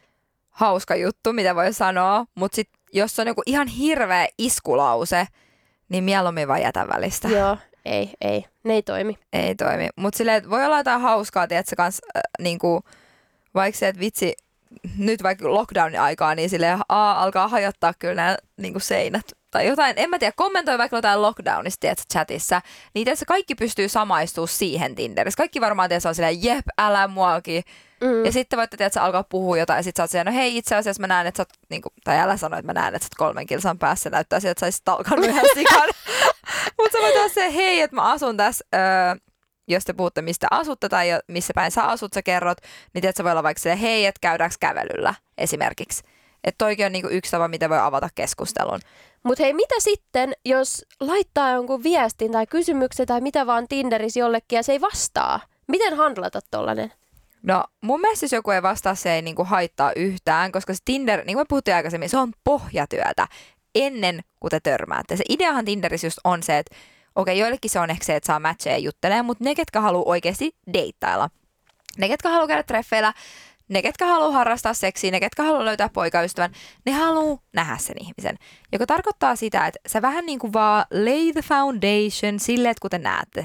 Speaker 2: hauska juttu, mitä voi sanoa, mutta sit, jos on joku ihan hirveä iskulause, niin mieluummin vaan jätä välistä.
Speaker 1: Joo, ei. Ne ei toimi.
Speaker 2: Ei toimi. Mutta silleen, voi olla jotain hauskaa, tiedätkö, kans niinku, vaikka se, että vitsi, nyt vaikka lockdownin aikaa, niin silleen alkaa hajottaa kyllä nämä niinku seinät. Tai jotain, en mä tiedä, kommentoi vaikka jotain lockdownista, tiedätkö, chatissa. Niin tietysti kaikki pystyy samaistumaan siihen Tinderissä. Kaikki varmaan tietysti on silleen, jep, älä muakin. Ja sitten voitte tietysti alkaa puhua jotain ja sitten sä oot siellä, no hei itse asiassa mä näen, että sä oot, niinku, tai älä sano, että mä näen, että sä oot 3 kilsan päässä, näyttää siltä, että sä olisit alkanut ihan sikan. Mutta sä voit olla se, hei, että mä asun tässä, jos te puhutte mistä asutte tai missä päin sä asut, sä kerrot, niin tiedät, sä voi olla vaikka se, hei, että käydäänkö kävelyllä esimerkiksi. Että toikin on niinku yksi tapa, miten voi avata keskustelun.
Speaker 1: Mutta hei, mitä sitten, jos laittaa jonkun viestin tai kysymyksen tai mitä vaan Tinderissä jollekin ja se ei vastaa? Miten handlata tollanen?
Speaker 2: No mun mielestä jos joku ei vastaa, se ei niinku haittaa yhtään, koska se Tinder, niin kuin me puhuttiin aikaisemmin, se on pohjatyötä ennen kuin te törmäätte. Se ideahan Tinderissä just on se, että okei, joillekin se on ehkä se, että saa matcheja juttelemaan, mutta ne, ketkä haluaa oikeasti deittailla, ne, ketkä haluaa käydä treffeillä, ne, ketkä haluaa harrastaa seksiä, ne, ketkä haluaa löytää poikaystävän, ne haluaa nähdä sen ihmisen. Joka tarkoittaa sitä, että sä vähän niin kuin vaan lay the foundation silleen, että kuten näette.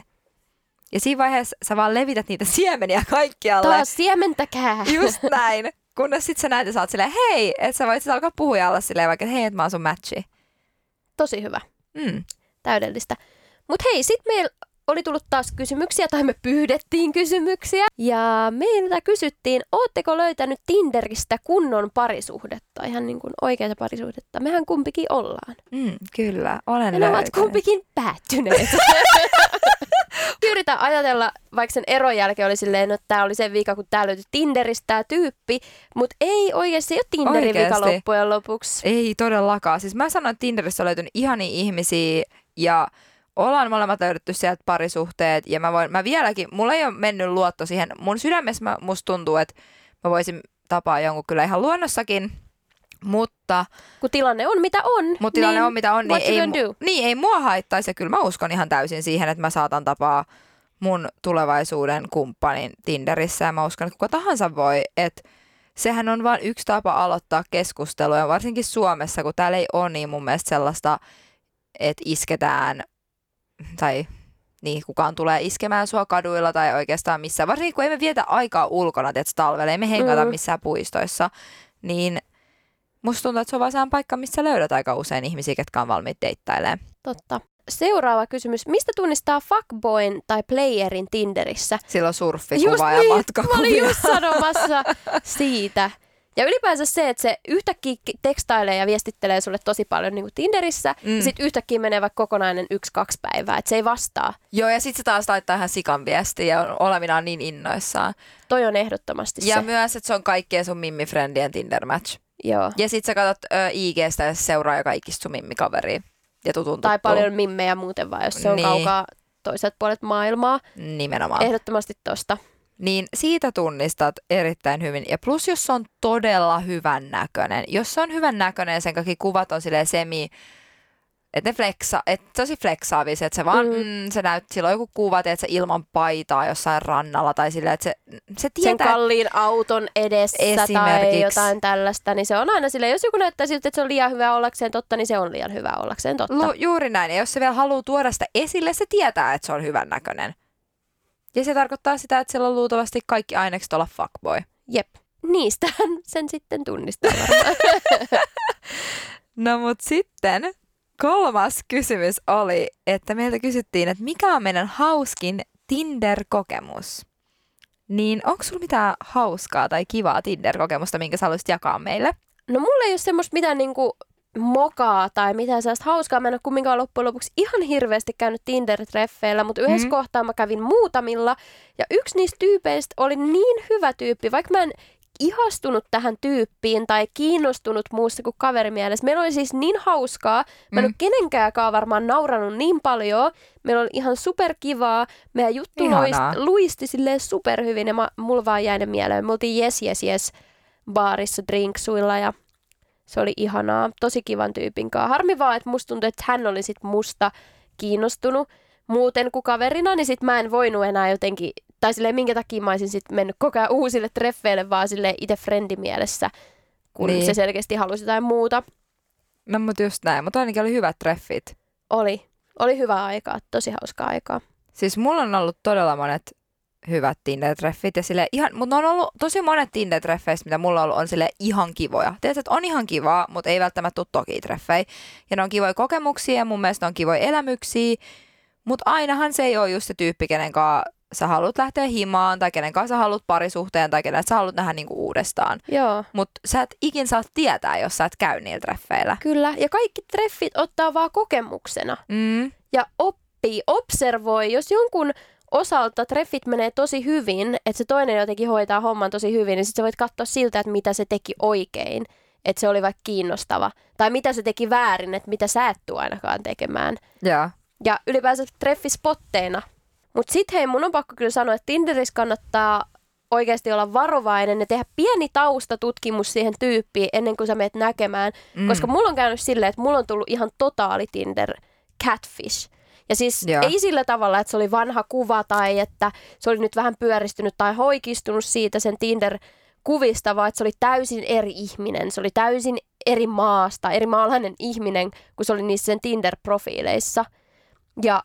Speaker 2: Ja siinä vaiheessa sä vaan levität niitä siemeniä kaikkialle.
Speaker 1: Taas siementäkää.
Speaker 2: Just näin. Kunnes sit sä näet ja sä oot silleen, hei, että sä voit sit alkaa puhua ja olla silleen vaikka, että hei, että mä oon sun matchi.
Speaker 1: Tosi hyvä. Täydellistä. Mut hei, sit meillä oli tullut taas kysymyksiä, tai me pyydettiin kysymyksiä. Ja meiltä kysyttiin, ootteko löytänyt Tinderistä kunnon parisuhdetta? Ihan niin kuin oikeaa parisuhdetta. Mehän kumpikin ollaan.
Speaker 2: Kyllä, olen löytänyt.
Speaker 1: Ne ovat kumpikin päättyneet. Yritän ajatella, vaikka sen eron jälkeen oli silleen, että tää oli sen vika, kun tää löytyi Tinderistä tää tyyppi, mutta ei oikeasti, ei ole Tinderin vika loppujen lopuksi.
Speaker 2: Ei todellakaan. Siis mä sanoin, että Tinderissä on löytynyt ihania ihmisiä ja ollaan molemmat löydetty sieltä parisuhteet ja mä vieläkin, mulla ei ole mennyt luotto siihen. Mun sydämessä musta tuntuu, että mä voisin tapaa jonkun kyllä ihan luonnossakin, mutta
Speaker 1: kun tilanne on mitä on,
Speaker 2: niin ei mua haittaisi. Ja kyllä mä uskon ihan täysin siihen, että mä saatan tapaa mun tulevaisuuden kumppanin Tinderissä ja mä uskon, että kuka tahansa voi, että sehän on vain yksi tapa aloittaa keskustelua ja varsinkin Suomessa, kun täällä ei ole niin mun mielestä sellaista, että isketään tai niin kukaan tulee iskemään sua kaduilla tai oikeastaan missään. Varsinkin kun emme vietä aikaa ulkona, että talvella ei me hengata missään puistoissa, niin musta tuntuu, että se on vaan sehän paikka, missä löydät aika usein ihmisiä, ketkä on valmiit deittailemaan.
Speaker 1: Totta. Seuraava kysymys. Mistä tunnistaa fuckboyn tai playerin Tinderissä?
Speaker 2: Sillä on surffikuva ja matkakuvia.
Speaker 1: Mä olin just sanomassa siitä. Ja ylipäänsä se, että se yhtäkkiä tekstailee ja viestittelee sulle tosi paljon niin kuin Tinderissä, ja sitten yhtäkkiä menee vaikka kokonainen 1-2 päivää, että se ei vastaa.
Speaker 2: Joo, ja sitten se taas laittaa ihan sikan viestiä ja olevinaan niin innoissaan.
Speaker 1: Toi on ehdottomasti
Speaker 2: ja
Speaker 1: se.
Speaker 2: myös, että se on kaikkien sun mimmifriendien Tinder-match.
Speaker 1: Joo.
Speaker 2: Ja sit sä katsot IG:stä ja seuraa joka ikistä sun mimmikaveria ja tutun
Speaker 1: Tai
Speaker 2: tuttuun.
Speaker 1: paljon mimmejä muuten vaan, jos se on
Speaker 2: Niin.
Speaker 1: kaukaa toiset puolet maailmaa.
Speaker 2: Nimenomaan.
Speaker 1: Ehdottomasti tosta.
Speaker 2: Niin siitä tunnistat erittäin hyvin. Ja plus jos se on todella hyvän näköinen. Jos se on hyvän näköinen ja sen kaikki kuvat on silleen että ne tosi fleksaavisia, että se vaan, se sillä on joku kuva, että se ilman paitaa jossain rannalla tai silleen, että se tietää.
Speaker 1: Sen kalliin auton edessä tai jotain tällaista, niin se on aina silleen, jos joku näyttää siltä, että se on liian hyvä ollakseen totta, niin se on liian hyvä ollakseen totta.
Speaker 2: Juuri näin, ja jos se vielä haluaa tuoda sitä esille, se tietää, että se on hyvän näköinen. Ja se tarkoittaa sitä, että sillä on luultavasti kaikki ainekset olla fuckboy.
Speaker 1: Jep, niistähän sen sitten tunnistaa varmaan.
Speaker 2: No mut sitten 3. kysymys oli, että meiltä kysyttiin, että mikä on meidän hauskin Tinder-kokemus? Niin onko sulla mitään hauskaa tai kivaa Tinder-kokemusta, minkä sä haluaisit jakaa meille?
Speaker 1: No mulla ei ole semmoista mitään niinku mokaa tai mitään sellaista hauskaa. Mä en ole kumminkaan loppujen lopuksi ihan hirveästi käynyt Tinder-treffeillä, mutta yhdessä kohtaa mä kävin muutamilla. Ja yksi niistä tyypeistä oli niin hyvä tyyppi, vaikka mä en ihastunut tähän tyyppiin tai kiinnostunut muusta kuin kaverimielessä. Meillä oli siis niin hauskaa. Mä en ole kenenkäänkään varmaan nauranut niin paljon. Meillä oli ihan superkivaa. Meidän juttu luisti silleen superhyvin ja mulla vaan jäi ne mieleen. Me oltiin yes baarissa drinksuilla ja se oli ihanaa. Tosi kivan tyypin kanssa. Harmi vaan, että musta tuntui, että hän oli sit musta kiinnostunut muuten kuin kaverina, niin sit mä en voinut enää jotenkin, tai silleen minkä takia mä olisin sit mennyt koko ajan uusille treffeille vaan silleen itse friendimielessä, kun se selkeästi halusi jotain muuta.
Speaker 2: No mut just näin, mutta ainakin oli hyvät treffit.
Speaker 1: Oli hyvää aikaa, tosi hauskaa aikaa.
Speaker 2: Siis mulla on ollut todella monet hyvät Tinder-treffit ja mutta on ollut tosi monet Tinder-treffeistä, mitä mulla on ollut, on silleen ihan kivoja. Tiedätkö, että on ihan kivaa, mutta ei välttämättä tule toki treffejä. Ja ne on kivoja kokemuksia ja mun mielestä ne on kivoja elämyksiä, mutta ainahan se ei ole just se tyyppi, kenen kanssa sä haluat lähteä himaan tai kenen kanssa sä haluat parisuhteen tai kenen sä haluat nähdä niinku uudestaan.
Speaker 1: Joo.
Speaker 2: Mutta sä et ikin saa tietää, jos sä et käy niillä treffeillä.
Speaker 1: Kyllä, ja kaikki treffit ottaa vaan kokemuksena. Ja observoi, jos jonkun osalta treffit menee tosi hyvin, että se toinen jotenkin hoitaa homman tosi hyvin, niin sitten sä voit katsoa siltä, että mitä se teki oikein, että se oli vaikka kiinnostava. Tai mitä se teki väärin, että mitä sä et tule ainakaan tekemään.
Speaker 2: Yeah.
Speaker 1: Ja ylipäänsä treffispotteina. Mutta sitten hei, mun on pakko kyllä sanoa, että Tinderissä kannattaa oikeasti olla varovainen ja tehdä pieni taustatutkimus siihen tyyppiin ennen kuin sä menet näkemään. Koska mulla on käynyt silleen, että mulla on tullut ihan totaali Tinder catfish. Ja siis ei sillä tavalla, että se oli vanha kuva tai että se oli nyt vähän pyöristynyt tai hoikistunut siitä sen Tinder-kuvista, vaan että se oli täysin eri ihminen. Se oli täysin eri maasta, eri maalainen ihminen, kun se oli niissä sen Tinder-profiileissa. Ja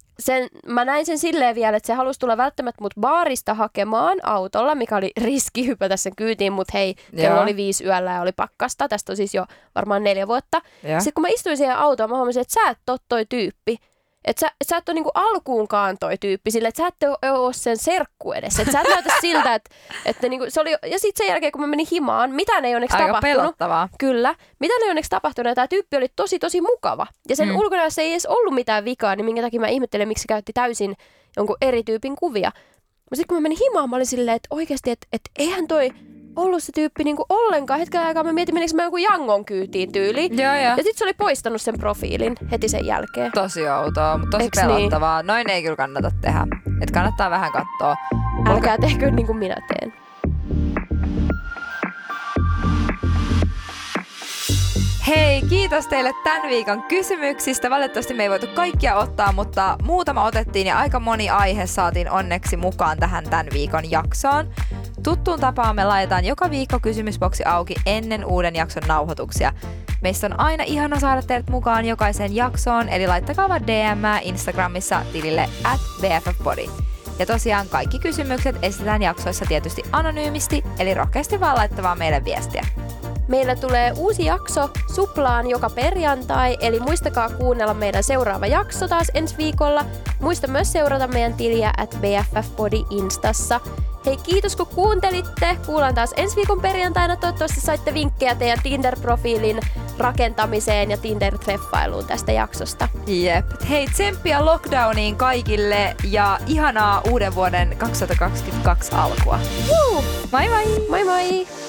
Speaker 1: mä näin sen silleen vielä, että se halusi tulla välttämättä mut baarista hakemaan autolla, mikä oli riski hypätä sen kyytiin, mutta hei, kello oli 5 yöllä ja oli pakkasta. Tästä on siis jo varmaan 4 vuotta. Sitten kun mä istuin siihen autoon, mä huomasin, että sä et ole toi tyyppi. Että sä et ole niinku alkuunkaan toi tyyppi sille, että sä et ole sen serkku edes. Että sä et näytä siltä, että niinku, se oli. Ja sitten sen jälkeen, kun mä menin himaan, mitään ei onneksi
Speaker 2: aika
Speaker 1: tapahtunut.
Speaker 2: Pelottavaa.
Speaker 1: Kyllä. Mitään ei onneksi tapahtunut. Ja tämä tyyppi oli tosi mukava. Ja sen ulkonäössä ei edes ollut mitään vikaa, niin minkä takia mä ihmettelen, miksi se käytti täysin jonkun eri tyypin kuvia. Mutta sitten kun mä menin himaan, mä olin silleen, että oikeasti, että eihän toi ollut se tyyppi niinku ollenkaan. Hetken aikaa mä mietin, menikö mä jonkun Jangon kyytiin tyyliin. Ja sitten se oli poistanut sen profiilin heti sen jälkeen.
Speaker 2: Tosi outoa, mutta tosi pelottavaa. Niin? Noin ei kyllä kannata tehdä. Että kannattaa vähän katsoa.
Speaker 1: Älkää tehkö niin kuin minä teen.
Speaker 2: Hei, kiitos teille tämän viikon kysymyksistä. Valitettavasti me ei voitu kaikkia ottaa, mutta muutama otettiin ja aika moni aihe saatiin onneksi mukaan tähän tämän viikon jaksoon. Tuttuun tapaan me laitetaan joka viikko kysymysboksi auki ennen uuden jakson nauhoituksia. Meistä on aina ihana saada teidät mukaan jokaiseen jaksoon, eli laittakaa vaan DM Instagramissa tilille @bffbody. Ja tosiaan kaikki kysymykset esitetään jaksoissa tietysti anonyymisti, eli rohkeasti vaan laittavaa meille viestiä.
Speaker 1: Meillä tulee uusi jakso Suplaan joka perjantai, eli muistakaa kuunnella meidän seuraava jakso taas ensi viikolla. Muista myös seurata meidän tiliä @bffbody Instassa. Hei, kiitos kun kuuntelitte. Kuullaan taas ensi viikon perjantaina. Toivottavasti saitte vinkkejä teidän Tinder-profiilin rakentamiseen ja Tinder-treffailuun tästä jaksosta.
Speaker 2: Jep. Hei, tsemppiä lockdowniin kaikille ja ihanaa uuden vuoden 2022 alkua.
Speaker 1: Woo!
Speaker 2: Moi moi!
Speaker 1: Moi moi!